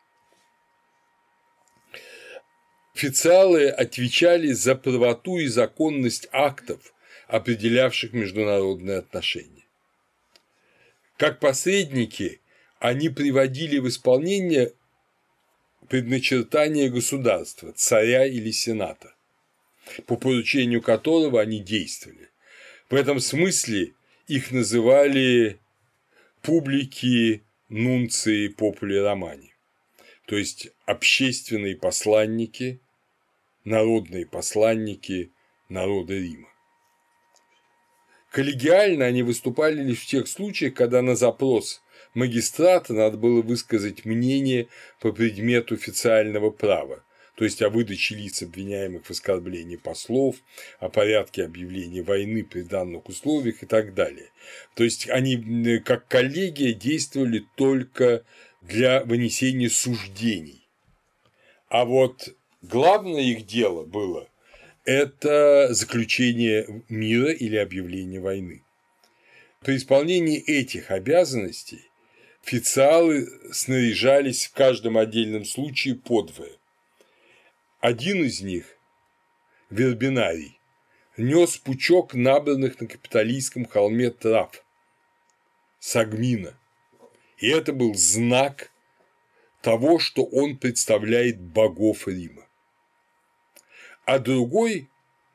Официалы отвечали за правоту и законность актов, определявших международные отношения. Как посредники они приводили в исполнение предначертание государства, царя или сената, по поручению которого они действовали. В этом смысле их называли публики нунции попули романи, то есть общественные посланники, народные посланники народа Рима. Коллегиально они выступали лишь в тех случаях, когда на запрос магистрата надо было высказать мнение по предмету официального права, то есть о выдаче лиц, обвиняемых в оскорблении послов, о порядке объявления войны при данных условиях и так далее. То есть они, как коллегия, действовали только для вынесения суждений. А вот главное их дело было – это заключение мира или объявление войны. При исполнении этих обязанностей официалы снаряжались в каждом отдельном случае подвое. Один из них, вербинарий, нес пучок набранных на Капитолийском холме трав – сагмина, и это был знак того, что он представляет богов Рима. А другой,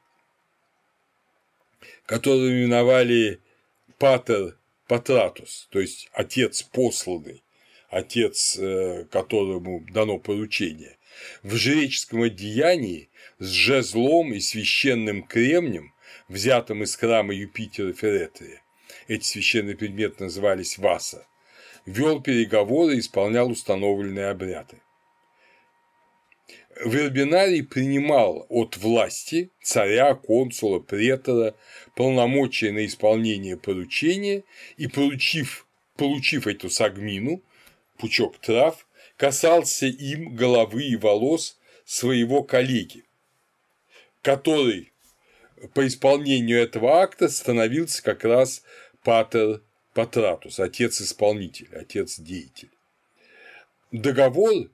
которого именовали патер патратус, то есть отец посланный, отец, которому дано поручение, в жреческом одеянии с жезлом и священным кремнем, взятым из храма Юпитера Феретрия, эти священные предметы назывались васа, вел переговоры и исполнял установленные обряды. Вербинарий принимал от власти царя, консула, претора полномочия на исполнение поручения и, получив эту сагмину, пучок трав, касался им головы и волос своего коллеги, который по исполнению этого акта становился как раз патер патратус, отец-исполнитель, отец-деятель. Договор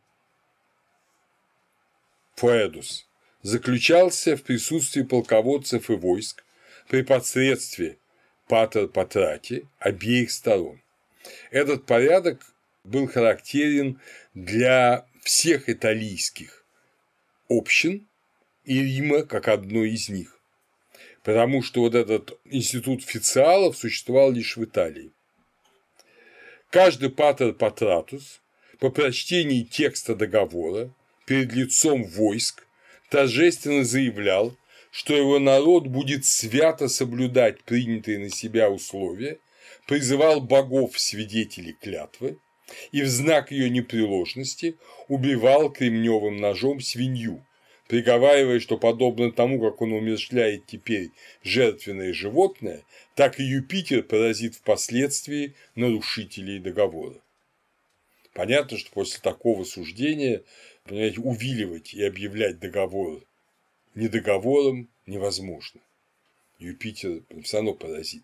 Фоэдус заключался в присутствии полководцев и войск при посредстве патер патрати обеих сторон. Этот порядок был характерен для всех италийских общин и Рима как одной из них, потому что вот этот институт официалов существовал лишь в Италии. Каждый патер патратус по прочтении текста договора перед лицом войск торжественно заявлял, что его народ будет свято соблюдать принятые на себя условия, призывал богов-свидетелей клятвы и в знак ее непреложности убивал кремневым ножом свинью, приговаривая, что подобно тому, как он умерщвляет теперь жертвенное животное, так и Юпитер поразит впоследствии нарушителей договора. Понятно, что после такого суждения, понимаете, увиливать и объявлять договор недоговором невозможно. Юпитер все равно поразит.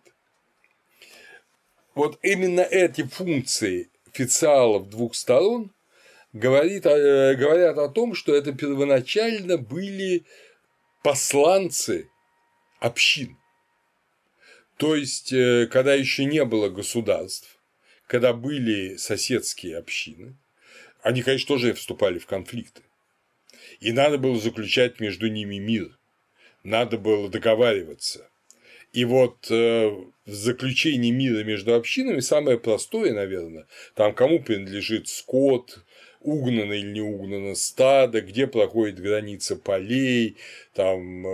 Вот именно эти функции официалов двух сторон говорят о том, что это первоначально были посланцы общин. То есть, когда еще не было государств, когда были соседские общины, они, конечно, тоже вступали в конфликты. И надо было заключать между ними мир, надо было договариваться. И вот в заключении мира между общинами самое простое, наверное, там кому принадлежит скот, угнано или не угнано стадо, где проходит граница полей, там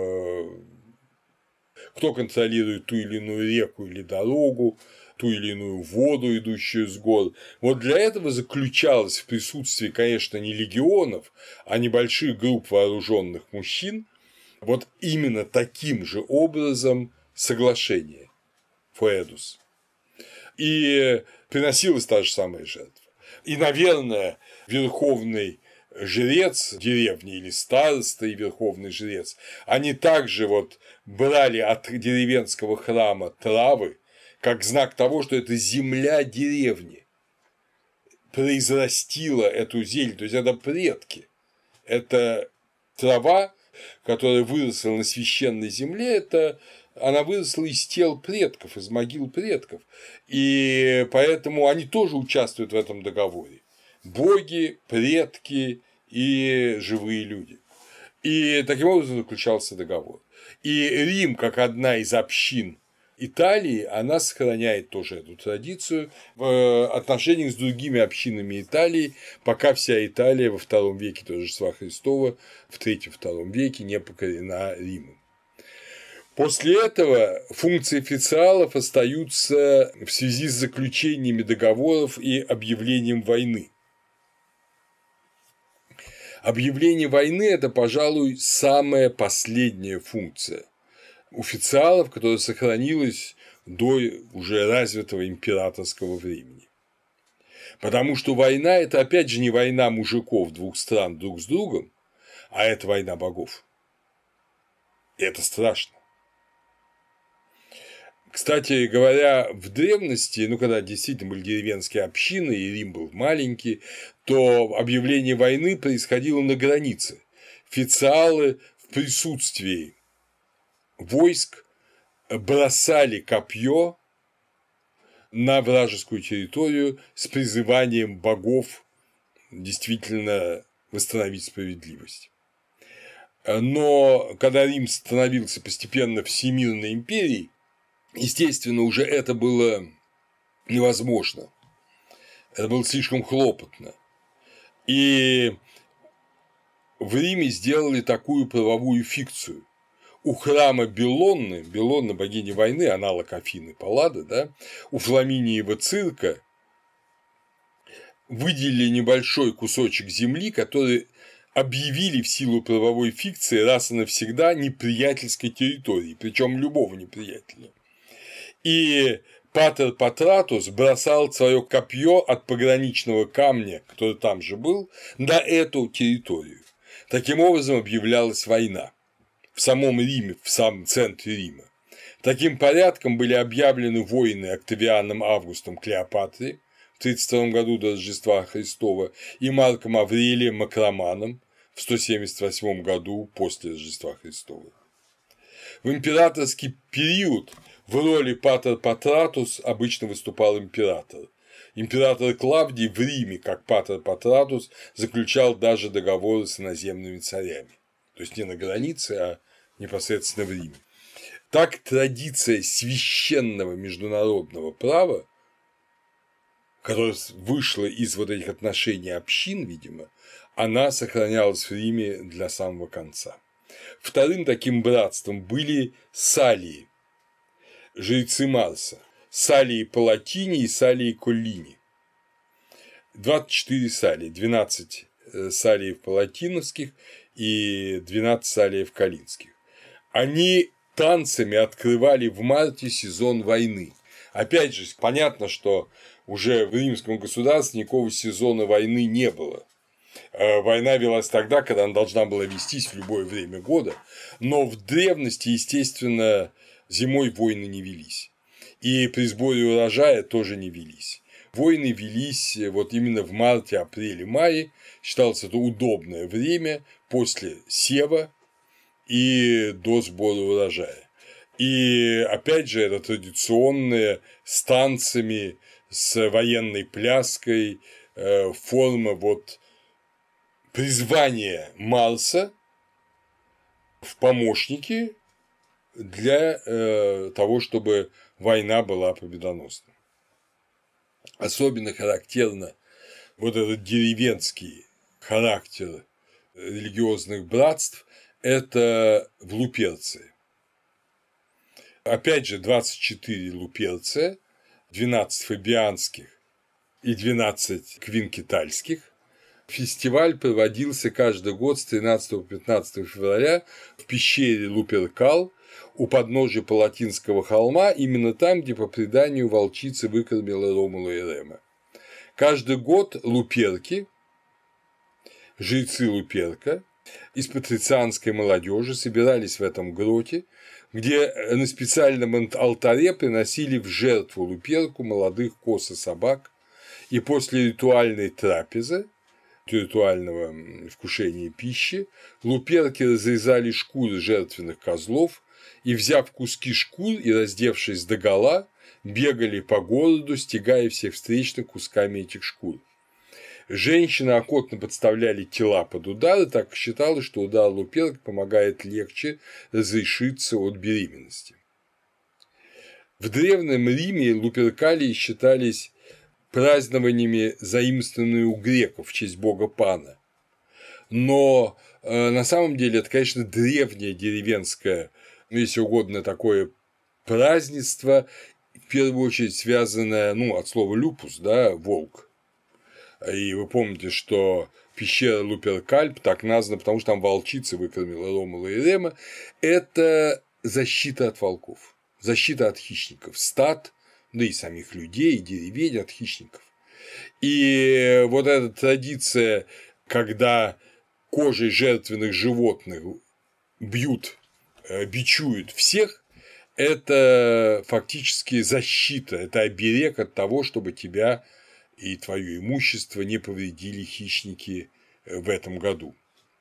кто контролирует ту или иную реку или дорогу, ту или иную воду, идущую с гор. Вот для этого заключалось в присутствии, конечно, не легионов, а небольших групп вооруженных мужчин вот именно таким же образом соглашение Фоэдус. И приносилась та же самая жертва. И, наверное, верховный жрец деревни или староста и верховный жрец, они также вот брали от деревенского храма травы, как знак того, что это земля деревни произрастила эту зелень, то есть это предки, это трава, которая выросла на священной земле, она выросла из тел предков, из могил предков, и поэтому они тоже участвуют в этом договоре. Боги, предки и живые люди. И таким образом заключался договор. И Рим, как одна из общин Италии, она сохраняет тоже эту традицию в отношениях с другими общинами Италии, пока вся Италия во II веке до Рождества Христова, в III-II веке не покорена Римом. После этого функции официалов остаются в связи с заключениями договоров и объявлением войны. Объявление войны – это, пожалуй, самая последняя функция официалов, которая сохранилась до уже развитого императорского времени. Потому что война – это, опять же, не война мужиков двух стран друг с другом, а это война богов. И это страшно. Кстати говоря, в древности, когда действительно были деревенские общины, и Рим был маленький, то объявление войны происходило на границе. Официалы в присутствии войск бросали копье на вражескую территорию с призыванием богов действительно восстановить справедливость. Но когда Рим становился постепенно всемирной империей, естественно, уже это было невозможно. Это было слишком хлопотно. И в Риме сделали такую правовую фикцию. у храма Беллоны, Беллона богини войны, аналог Афины Паллады, да, у Фламиниева цирка выделили небольшой кусочек земли, который объявили в силу правовой фикции раз и навсегда неприятельской территорией, причем любого неприятеля. И Патер Патратус бросал свое копье от пограничного камня, который там же был, на эту территорию. Таким образом объявлялась война в самом Риме, в самом центре Рима. Таким порядком были объявлены войны Октавианом Августом Клеопатре в 32 году до Рождества Христова и Марком Аврелием Макроманом в 178 году после Рождества Христова. В императорский период в роли Патер Патратус обычно выступал император. Император Клавдий в Риме, как Патер Патратус, заключал даже договоры с иноземными царями. То есть не на границе, а непосредственно в Риме. Так традиция священного международного права, которая вышла из вот этих отношений общин, видимо, она сохранялась в Риме для самого конца. Вторым таким братством были салии, жрецы Марса, салии Палатини и салии Коллини. 24 салии, 12 салиев палатиновских и 12 салиев коллинских. Они танцами открывали в марте сезон войны. Опять же, понятно, что уже в римском государстве никакого сезона войны не было. Война велась тогда, когда она должна была вестись в любое время года, но в древности, естественно, зимой войны не велись. И при сборе урожая тоже не велись. Войны велись вот именно в марте, апреле, мае. Считалось это удобное время после сева и до сбора урожая. И опять же, это традиционные с танцами, с военной пляской форма вот призвания Марса в помощники для того, чтобы война была победоносной. Особенно характерно вот этот деревенский характер религиозных братств – это в Луперции. Опять же, 24 Луперция, 12 фабианских и 12 квинкетальских. Фестиваль проводился каждый год с 13 по 15 февраля в пещере Луперкал у подножия Палатинского холма, именно там, где по преданию волчица выкормила Ромула и Рема. Каждый год луперки, жрецы Луперка из патрицианской молодежи собирались в этом гроте, где на специальном алтаре приносили в жертву Луперку молодых коз и собак, и после ритуальной трапезы, ритуального вкушения пищи, луперки разрезали шкуры жертвенных козлов и, взяв куски шкур и раздевшись догола, бегали по городу, стягая всех встречных кусками этих шкур. Женщины охотно подставляли тела под удары, так как считалось, что удар луперок помогает легче разрешиться от беременности. В Древнем Риме луперкалии считались празднованиями, заимствованными у греков в честь бога Пана. Но на самом деле это, конечно, древнее деревенское, если угодно, такое празднество, в первую очередь связанное, от слова люпус, да, волк. И вы помните, что пещера Луперкаль так названа, потому что там волчица выкормила Ромула и Рема. Это защита от волков, защита от хищников, стад, да и самих людей, и деревень от хищников. И вот эта традиция, когда кожей жертвенных животных бьют, бичуют всех, это фактически защита, это оберег от того, чтобы тебя и твое имущество не повредили хищники в этом году.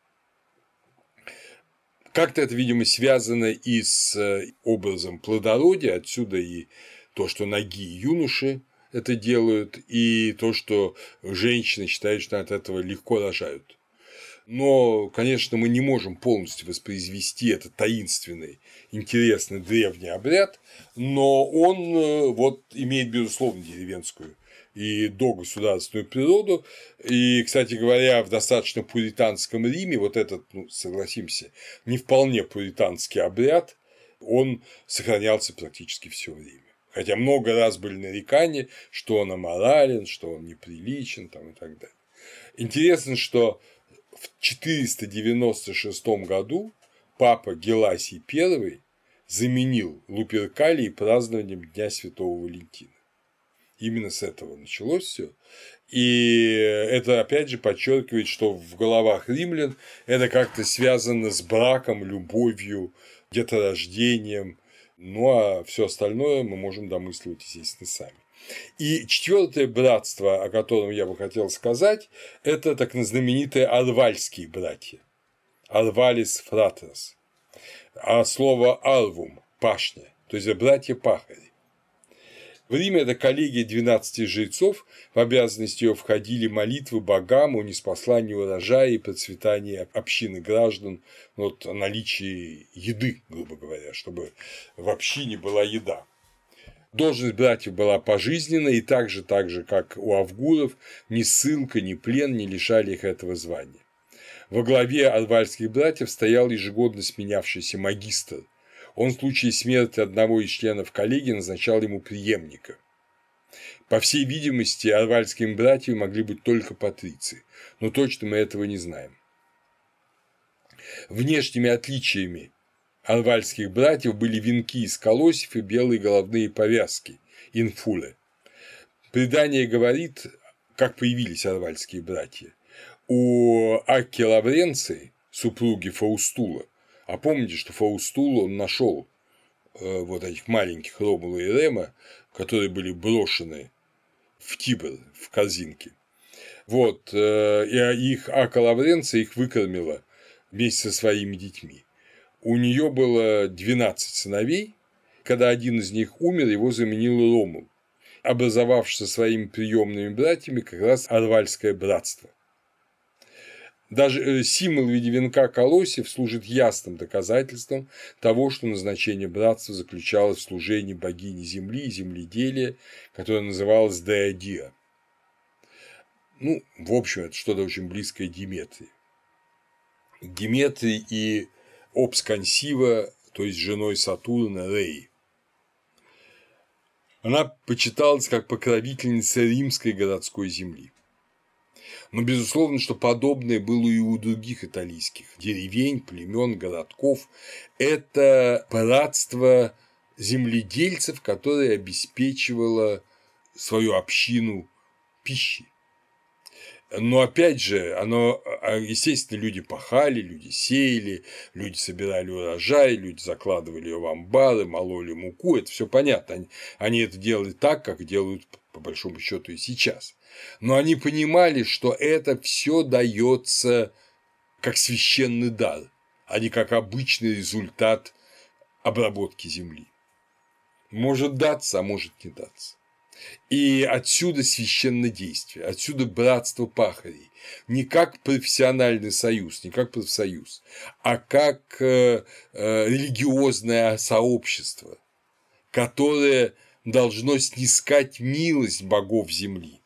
Как-то это, видимо, связано и с образом плодородия, отсюда и то, что нагие юноши это делают, и то, что женщины считают, что от этого легко рожают. Но, конечно, мы не можем полностью воспроизвести этот таинственный, интересный древний обряд, но он вот имеет, безусловно, деревенскую и догосударственную природу. И, кстати говоря, в достаточно пуританском Риме вот этот, ну, согласимся, не вполне пуританский обряд, он сохранялся практически все время. Хотя много раз были нарекания, что он аморален, что он неприличен там, и так далее. Интересно, что в 496 году папа Геласий I заменил Луперкалий празднованием Дня Святого Валентина. Именно с этого началось все. И это опять же подчеркивает, что в головах римлян это как-то связано с браком, любовью, деторождением. Ну а все остальное мы можем домысливать, естественно, сами. И четвертое братство, о котором я бы хотел сказать, это так знаменитые Арвальские братья. Арвалис фратерс. А слово алвум – пашня, то есть братья-пахари. В Риме это коллегия 12 жрецов, в обязанность ее входили молитвы богам о ниспослании урожая и процветании общины граждан, вот, о наличии еды, грубо говоря, чтобы в общине была еда. Должность братьев была пожизненная, и так же, как у авгуров, ни ссылка, ни плен не лишали их этого звания. Во главе арвальских братьев стоял ежегодно сменявшийся магистр. Он в случае смерти одного из членов коллегии назначал ему преемника. По всей видимости, арвальскими братьями могли быть только патриции, но точно мы этого не знаем. Внешними отличиями арвальских братьев были венки из колосьев и белые головные повязки – инфулы. Предание говорит, как появились арвальские братья. У Акки Лавренции, супруги Фаустула, а помните, что Фаустул он нашел вот этих маленьких Ромула и Рема, которые были брошены в Тибр, в корзинке. Вот, и их Акка Лавренция их выкормила вместе со своими детьми. У нее было 12 сыновей, когда один из них умер, его заменил Ромул, образовавший со своими приемными братьями как раз Арвальское братство. Даже символ в виде венка колосьев служит ясным доказательством того, что назначение братства заключалось в служении богини земли и земледелия, которая называлась Деодия. Ну, в общем, это что-то очень близкое Диметрии. Диметрий и Обскансива, то есть женой Сатурна, Реи. Она почиталась как покровительница римской городской земли. Но, безусловно, что подобное было и у других италийских деревень, племен, городков. Это братство земледельцев, которое обеспечивало свою общину пищей. Но опять же, естественно, люди пахали, люди сеяли, люди собирали урожай, люди закладывали ее в амбары, мололи муку, это все понятно. Они это делали так, как делают по большому счету и сейчас. Но они понимали, что это все дается как священный дар, а не как обычный результат обработки земли. Может даться, а может не даться. И отсюда священнодействие, отсюда братство пахарей, не как профессиональный союз, не как профсоюз, а как религиозное сообщество, которое должно снискать милость богов земли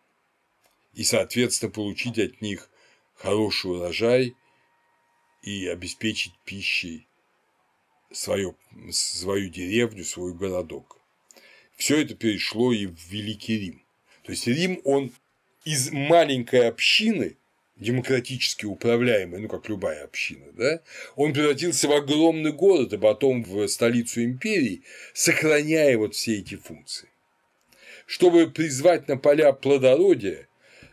и, соответственно, получить от них хороший урожай и обеспечить пищей свою деревню, свой городок. Все это перешло и в Великий Рим. То есть Рим, он из маленькой общины, демократически управляемой, ну как любая община, да, он превратился в огромный город, а потом в столицу империи, сохраняя вот все эти функции. Чтобы призвать на поля плодородия,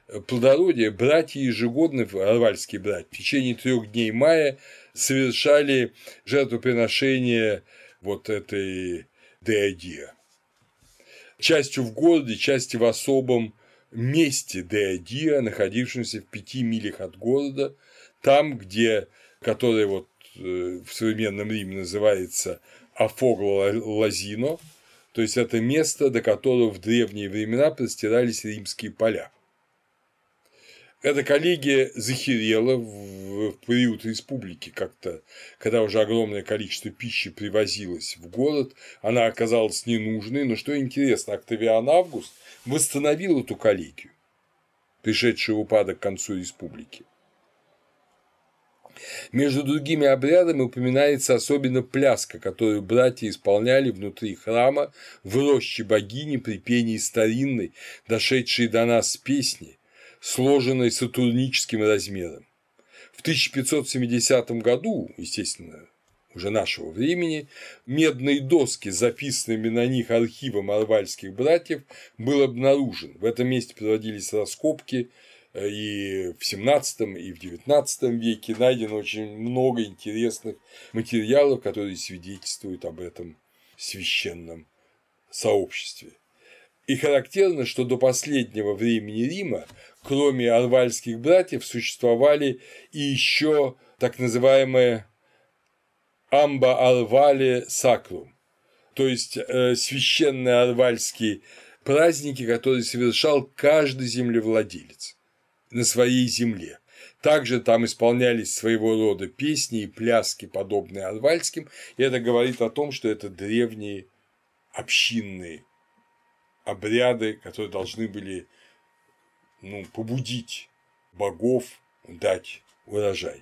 братья ежегодно, арвальские братья, в течение 3 дней мая совершали жертвоприношение вот этой Деодия. Частью в городе, частью в особом месте Деодия, находившемся в 5 милях от города, там, которое вот в современном Риме называется Афогло Лазино, то есть это место, до которого в древние времена простирались римские поля. Эта коллегия захерела в период республики как-то, когда уже огромное количество пищи привозилось в город, она оказалась ненужной, но что интересно, Октавиан Август восстановил эту коллегию, пришедшую в упадок к концу республики. Между другими обрядами упоминается особенно пляска, которую братья исполняли внутри храма в роще богини при пении старинной, дошедшей до нас песни, сложенной сатурническим размером. В 1570 году, естественно, уже нашего времени, медные доски с записанными на них архивом орвальских братьев был обнаружен. В этом месте проводились раскопки, и в XVII, и в XIX веке найдено очень много интересных материалов, которые свидетельствуют об этом священном сообществе. И характерно, что до последнего времени Рима, кроме орвальских братьев, существовали и еще так называемые амба орвале сакрум, то есть священные орвальские праздники, которые совершал каждый землевладелец на своей земле. Также там исполнялись своего рода песни и пляски, подобные орвальским, и это говорит о том, что это древние общинные обряды, которые должны были побудить богов дать урожай.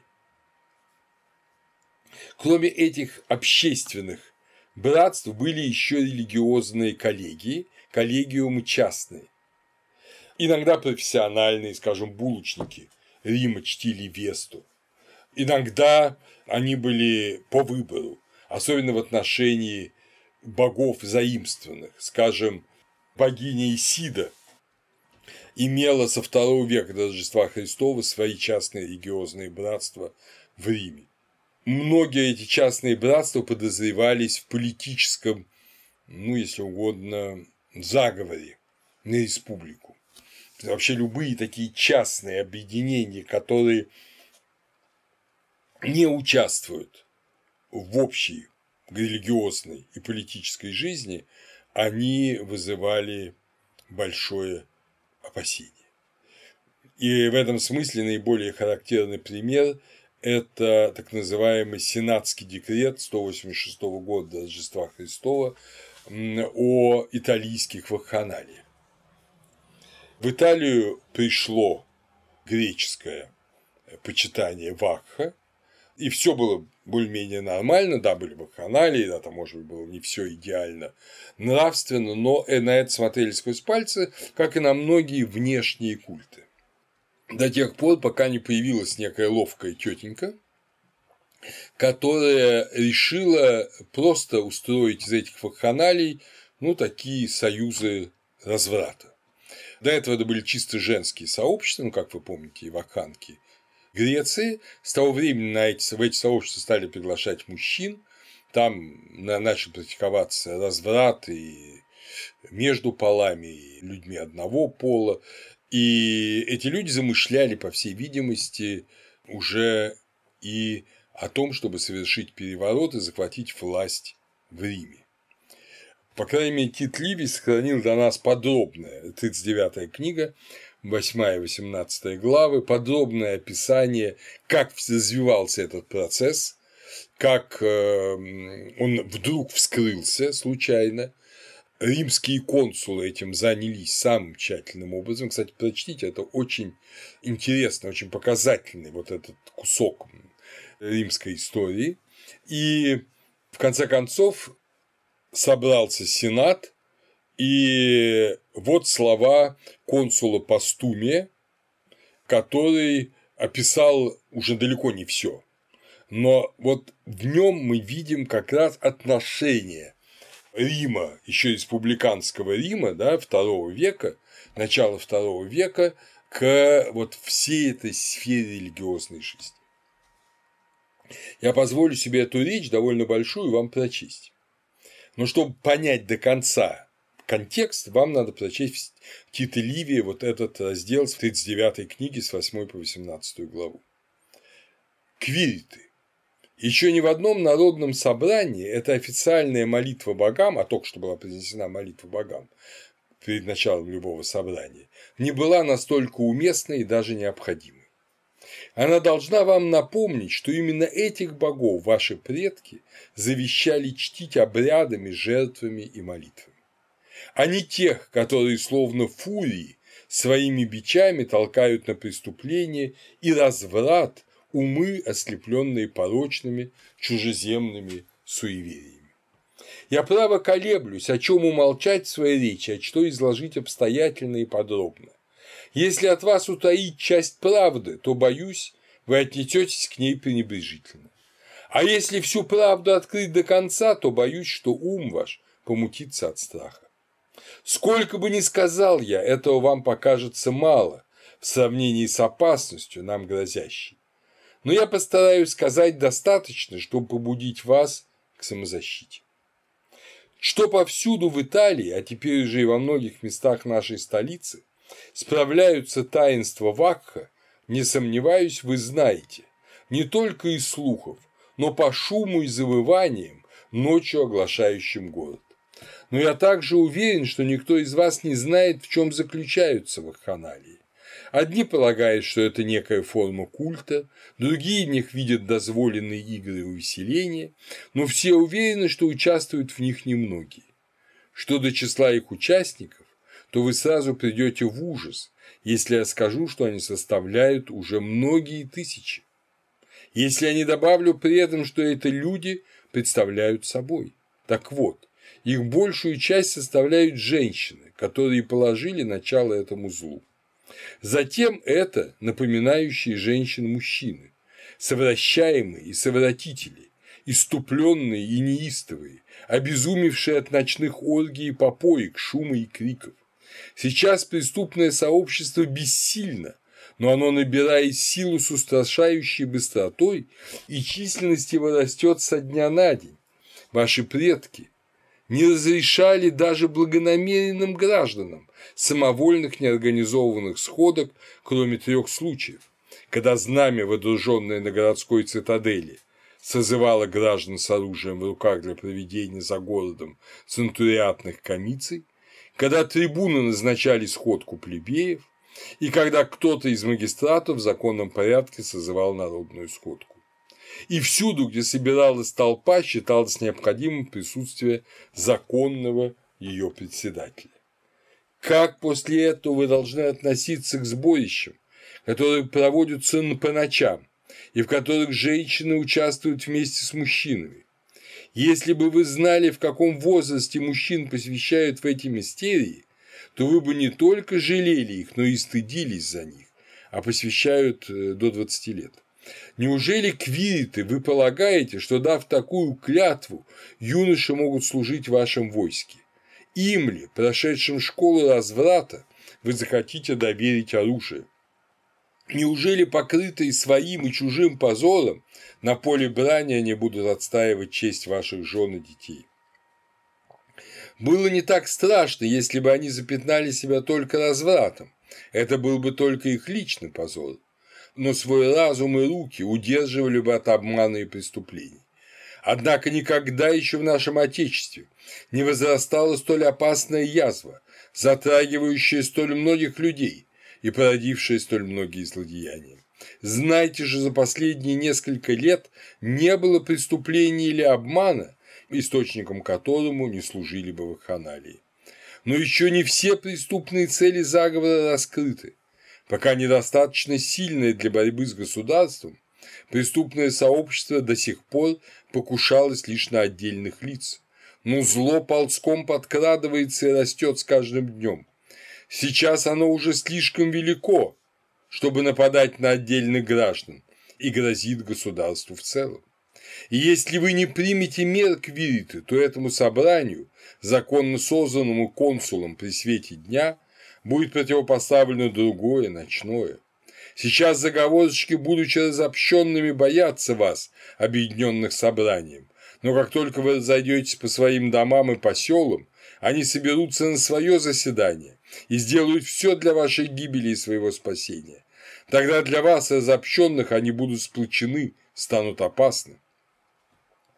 Кроме этих общественных братств были еще религиозные коллегии, коллегиумы частные. Иногда профессиональные, скажем, булочники Рима чтили Весту. Иногда они были по выбору, особенно в отношении богов заимствованных. Скажем, богиня Исида имела со II века до Рождества Христова свои частные религиозные братства в Риме. Многие эти частные братства подозревались в политическом, если угодно, заговоре на республику. Вообще любые такие частные объединения, которые не участвуют в общей религиозной и политической жизни, они вызывали большое опасение. И в этом смысле наиболее характерный пример – это так называемый Сенатский декрет 186 года до Рождества Христова о италийских вакханалиях. В Италию пришло греческое почитание вакха, и все было более-менее нормально, да, были вакханалии, да, там, может быть, было не все идеально нравственно, но на это смотрели сквозь пальцы, как и на многие внешние культы. До тех пор, пока не появилась некая ловкая тетенька, которая решила просто устроить из этих вакханалий, такие союзы разврата. До этого это были чисто женские сообщества, как вы помните, и вакханки Греции. С того времени в эти сообщества стали приглашать мужчин, там начал практиковаться разврат и между полами, и людьми одного пола, и эти люди замышляли, по всей видимости, уже и о том, чтобы совершить переворот и захватить власть в Риме. По крайней мере, Тит Ливий сохранил для нас подробное, 39-я книга, 8 и 18 главы, подробное описание, как развивался этот процесс, как он вдруг вскрылся случайно. Римские консулы этим занялись самым тщательным образом. Кстати, прочтите, это очень интересно, очень показательный вот этот кусок римской истории. И в конце концов собрался Сенат, и вот слова консула Постумия, который описал уже далеко не все, но вот в нем мы видим как раз отношение Рима, еще республиканского Рима, да, II века, начала II века, к вот всей этой сфере религиозной жизни. Я позволю себе эту речь довольно большую вам прочесть. Но чтобы понять до конца контекст, вам надо прочесть в Тита Ливия вот этот раздел с 39-й книги с 8 по 18 главу. Квириты. Еще ни в одном народном собрании эта официальная молитва богам, а только что была произнесена молитва богам, перед началом любого собрания, не была настолько уместной и даже необходимой. Она должна вам напомнить, что именно этих богов ваши предки завещали чтить обрядами, жертвами и молитвами, а не тех, которые словно фурии своими бичами толкают на преступление и разврат умы, ослепленные порочными чужеземными суевериями. Я право колеблюсь, о чем умолчать в своей речи, а что изложить обстоятельно и подробно. Если от вас утаить часть правды, то, боюсь, вы отнесетесь к ней пренебрежительно. А если всю правду открыть до конца, то боюсь, что ум ваш помутится от страха. Сколько бы ни сказал я, этого вам покажется мало в сравнении с опасностью, нам грозящей. Но я постараюсь сказать достаточно, чтобы побудить вас к самозащите. Что повсюду в Италии, а теперь уже и во многих местах нашей столицы, справляются таинства Вакха, не сомневаюсь, вы знаете, не только из слухов, но по шуму и завываниям, ночью оглашающим город. Но я также уверен, что никто из вас не знает, в чем заключаются вакханалии. Одни полагают, что это некая форма культа, другие в них видят дозволенные игры и увеселения, но все уверены, что участвуют в них немногие. Что до числа их участников, то вы сразу придете в ужас, если я скажу, что они составляют уже многие тысячи. Если я не добавлю при этом, что это люди представляют собой. Так вот, их большую часть составляют женщины, которые положили начало этому злу. Затем это напоминающие женщин мужчины, совращаемые и совратители, исступленные и неистовые, обезумевшие от ночных оргий и попоек, шума и криков. Сейчас преступное сообщество бессильно, но оно набирает силу с устрашающей быстротой, и численность его растет со дня на день. Ваши предки не разрешали даже благонамеренным гражданам самовольных неорганизованных сходок, кроме 3 случаев, когда знамя, водруженное на городской цитадели, созывало граждан с оружием в руках для проведения за городом центуриатных комиций, когда трибуны назначали сходку плебеев, и когда кто-то из магистратов в законном порядке созывал народную сходку. И всюду, где собиралась толпа, считалось необходимым присутствие законного ее председателя. Как после этого вы должны относиться к сборищам, которые проводятся по ночам, и в которых женщины участвуют вместе с мужчинами? Если бы вы знали, в каком возрасте мужчин посвящают в эти мистерии, то вы бы не только жалели их, но и стыдились за них, а посвящают до 20 лет. Неужели, квириты, вы полагаете, что, дав такую клятву, юноши могут служить в вашем войске? Им ли, прошедшим школу разврата, вы захотите доверить оружие? Неужели, покрытые своим и чужим позором, на поле брани они будут отстаивать честь ваших жен и детей? Было не так страшно, если бы они запятнали себя только развратом. Это был бы только их личный позор. Но свой разум и руки удерживали бы от обмана и преступлений. Однако никогда еще в нашем Отечестве не возрастала столь опасная язва, затрагивающая столь многих людей и породившая столь многие злодеяния. Знайте же, за последние несколько лет не было преступления или обмана, источником которому не служили бы вакханалии. Но еще не все преступные цели заговора раскрыты. Пока недостаточно сильное для борьбы с государством, преступное сообщество до сих пор покушалось лишь на отдельных лиц. Но зло ползком подкрадывается и растет с каждым днем. Сейчас оно уже слишком велико, чтобы нападать на отдельных граждан, и грозит государству в целом. И если вы не примете мер, квириты, то этому собранию, законно созданному консулом при свете дня, будет противопоставлено другое, ночное. Сейчас заговорщики, будучи разобщенными, боятся вас, объединенных собранием, но как только вы разойдетесь по своим домам и поселам, они соберутся на свое заседание и сделают все для вашей гибели и своего спасения. Тогда для вас, разобщенных, они будут сплочены, станут опасны.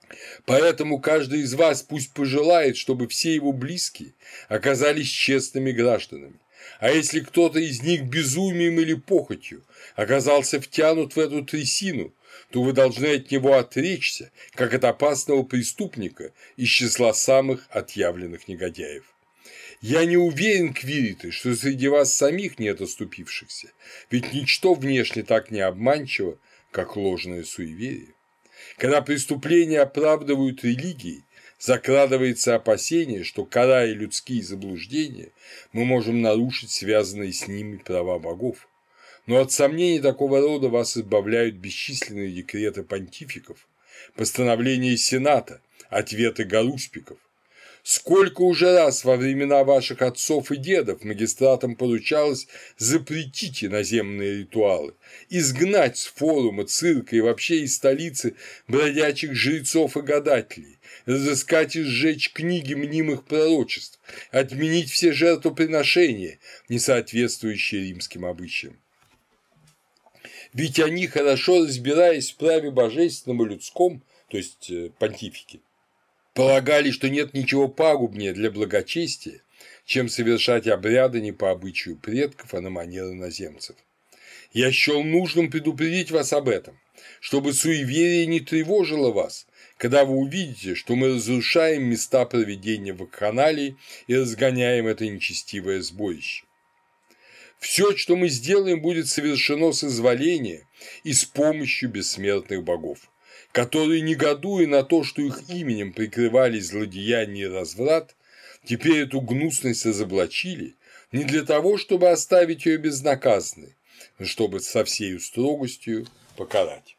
Поэтому каждый из вас пусть пожелает, чтобы все его близкие оказались честными гражданами. А если кто-то из них безумием или похотью оказался втянут в эту трясину, то вы должны от него отречься, как от опасного преступника из числа самых отъявленных негодяев. Я не уверен, Квириты, что среди вас самих нет оступившихся, ведь ничто внешне так не обманчиво, как ложное суеверие. Когда преступления оправдывают религией, закрадывается опасение, что, карая людские заблуждения, мы можем нарушить связанные с ними права богов. Но от сомнений такого рода вас избавляют бесчисленные декреты понтификов, постановления Сената, ответы гаруспиков. Сколько уже раз во времена ваших отцов и дедов магистратам поручалось запретить иноземные ритуалы, изгнать с форума, цирка и вообще из столицы бродячих жрецов и гадателей, разыскать и сжечь книги мнимых пророчеств, отменить все жертвоприношения, не соответствующие римским обычаям. Ведь они, хорошо разбираясь в праве божественном и людском, то есть понтифики, полагали, что нет ничего пагубнее для благочестия, чем совершать обряды не по обычаю предков, а на манер иноземцев. Я счел нужным предупредить вас об этом, чтобы суеверие не тревожило вас, когда вы увидите, что мы разрушаем места проведения вакханалий и разгоняем это нечестивое сборище. Все, что мы сделаем, будет совершено с изволения и с помощью бессмертных богов, которые, негодуя на то, что их именем прикрывались злодеяния и разврат, теперь эту гнусность разоблачили не для того, чтобы оставить ее безнаказанной, но чтобы со всей строгостью покарать.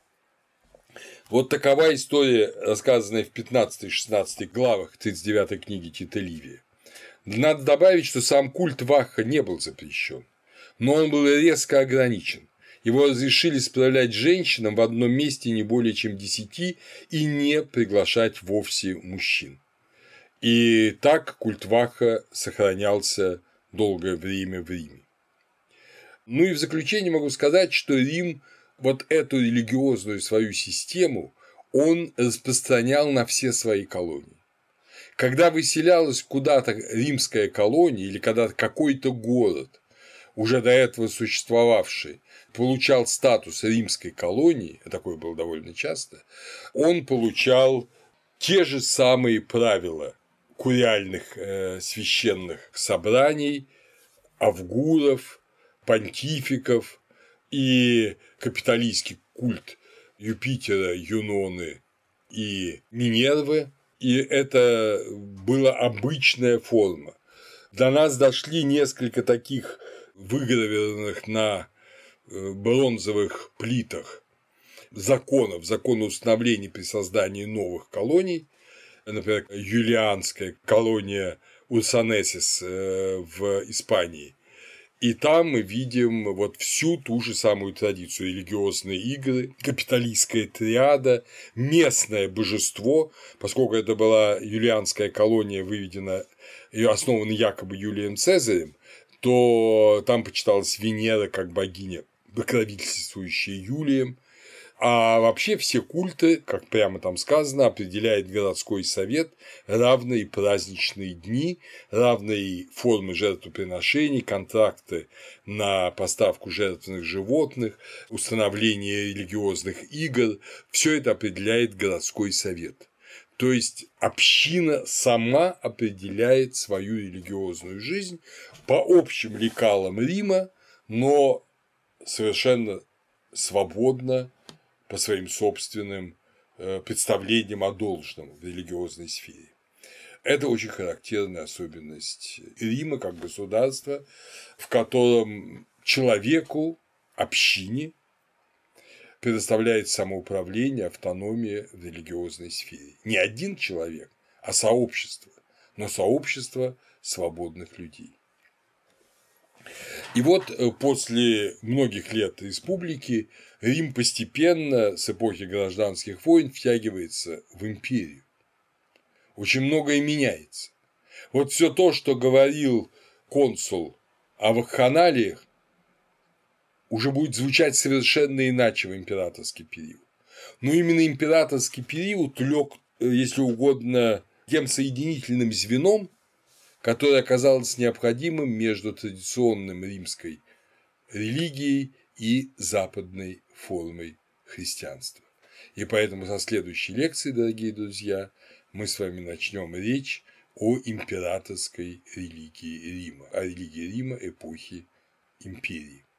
Вот такова история, рассказанная в 15-16 главах 39 книги Тита Livia. Надо добавить, что сам культ Вакха не был запрещен, но он был резко ограничен. Его разрешили справлять женщинам в одном месте не более чем 10 и не приглашать вовсе мужчин. И так культ Вакха сохранялся долгое время в Риме. Ну и в заключение могу сказать, что Рим вот эту религиозную свою систему он распространял на все свои колонии. Когда выселялась куда-то римская колония или когда какой-то город, уже до этого существовавший, получал статус римской колонии, а такое было довольно часто, он получал те же самые правила куриальных священных собраний, авгуров, понтификов и капитолийский культ Юпитера, Юноны и Минервы. И это была обычная форма. До нас дошли несколько таких выгравированных на бронзовых плитах закона установления при создании новых колоний, например, юлианская колония Урсанесис в Испании. И там мы видим вот всю ту же самую традицию: религиозные игры, капитолийская триада, местное божество, поскольку это была юлианская колония, выведена и основана якобы Юлием Цезарем, то там почиталась Венера как богиня, покровительствующая Юлием. А вообще все культы, как прямо там сказано, определяет городской совет, равные праздничные дни, равные формы жертвоприношений, контракты на поставку жертвенных животных, установление религиозных игр – все это определяет городской совет. То есть община сама определяет свою религиозную жизнь по общим лекалам Рима, но совершенно свободно по своим собственным представлениям о должном в религиозной сфере. Это очень характерная особенность Рима как государства, в котором человеку, общине предоставляет самоуправление, автономия в религиозной сфере. Не один человек, а сообщество, но сообщество свободных людей. И вот после многих лет республики Рим постепенно с эпохи гражданских войн втягивается в империю. Очень многое меняется. Вот все то, что говорил консул о вакханалиях, уже будет звучать совершенно иначе в императорский период. Но именно императорский период лег, если угодно, тем соединительным звеном, которое оказалось необходимым между традиционной римской религией и западной формой христианства. И поэтому со следующей лекции, дорогие друзья, мы с вами начнем речь о императорской религии Рима, о религии Рима эпохи империи.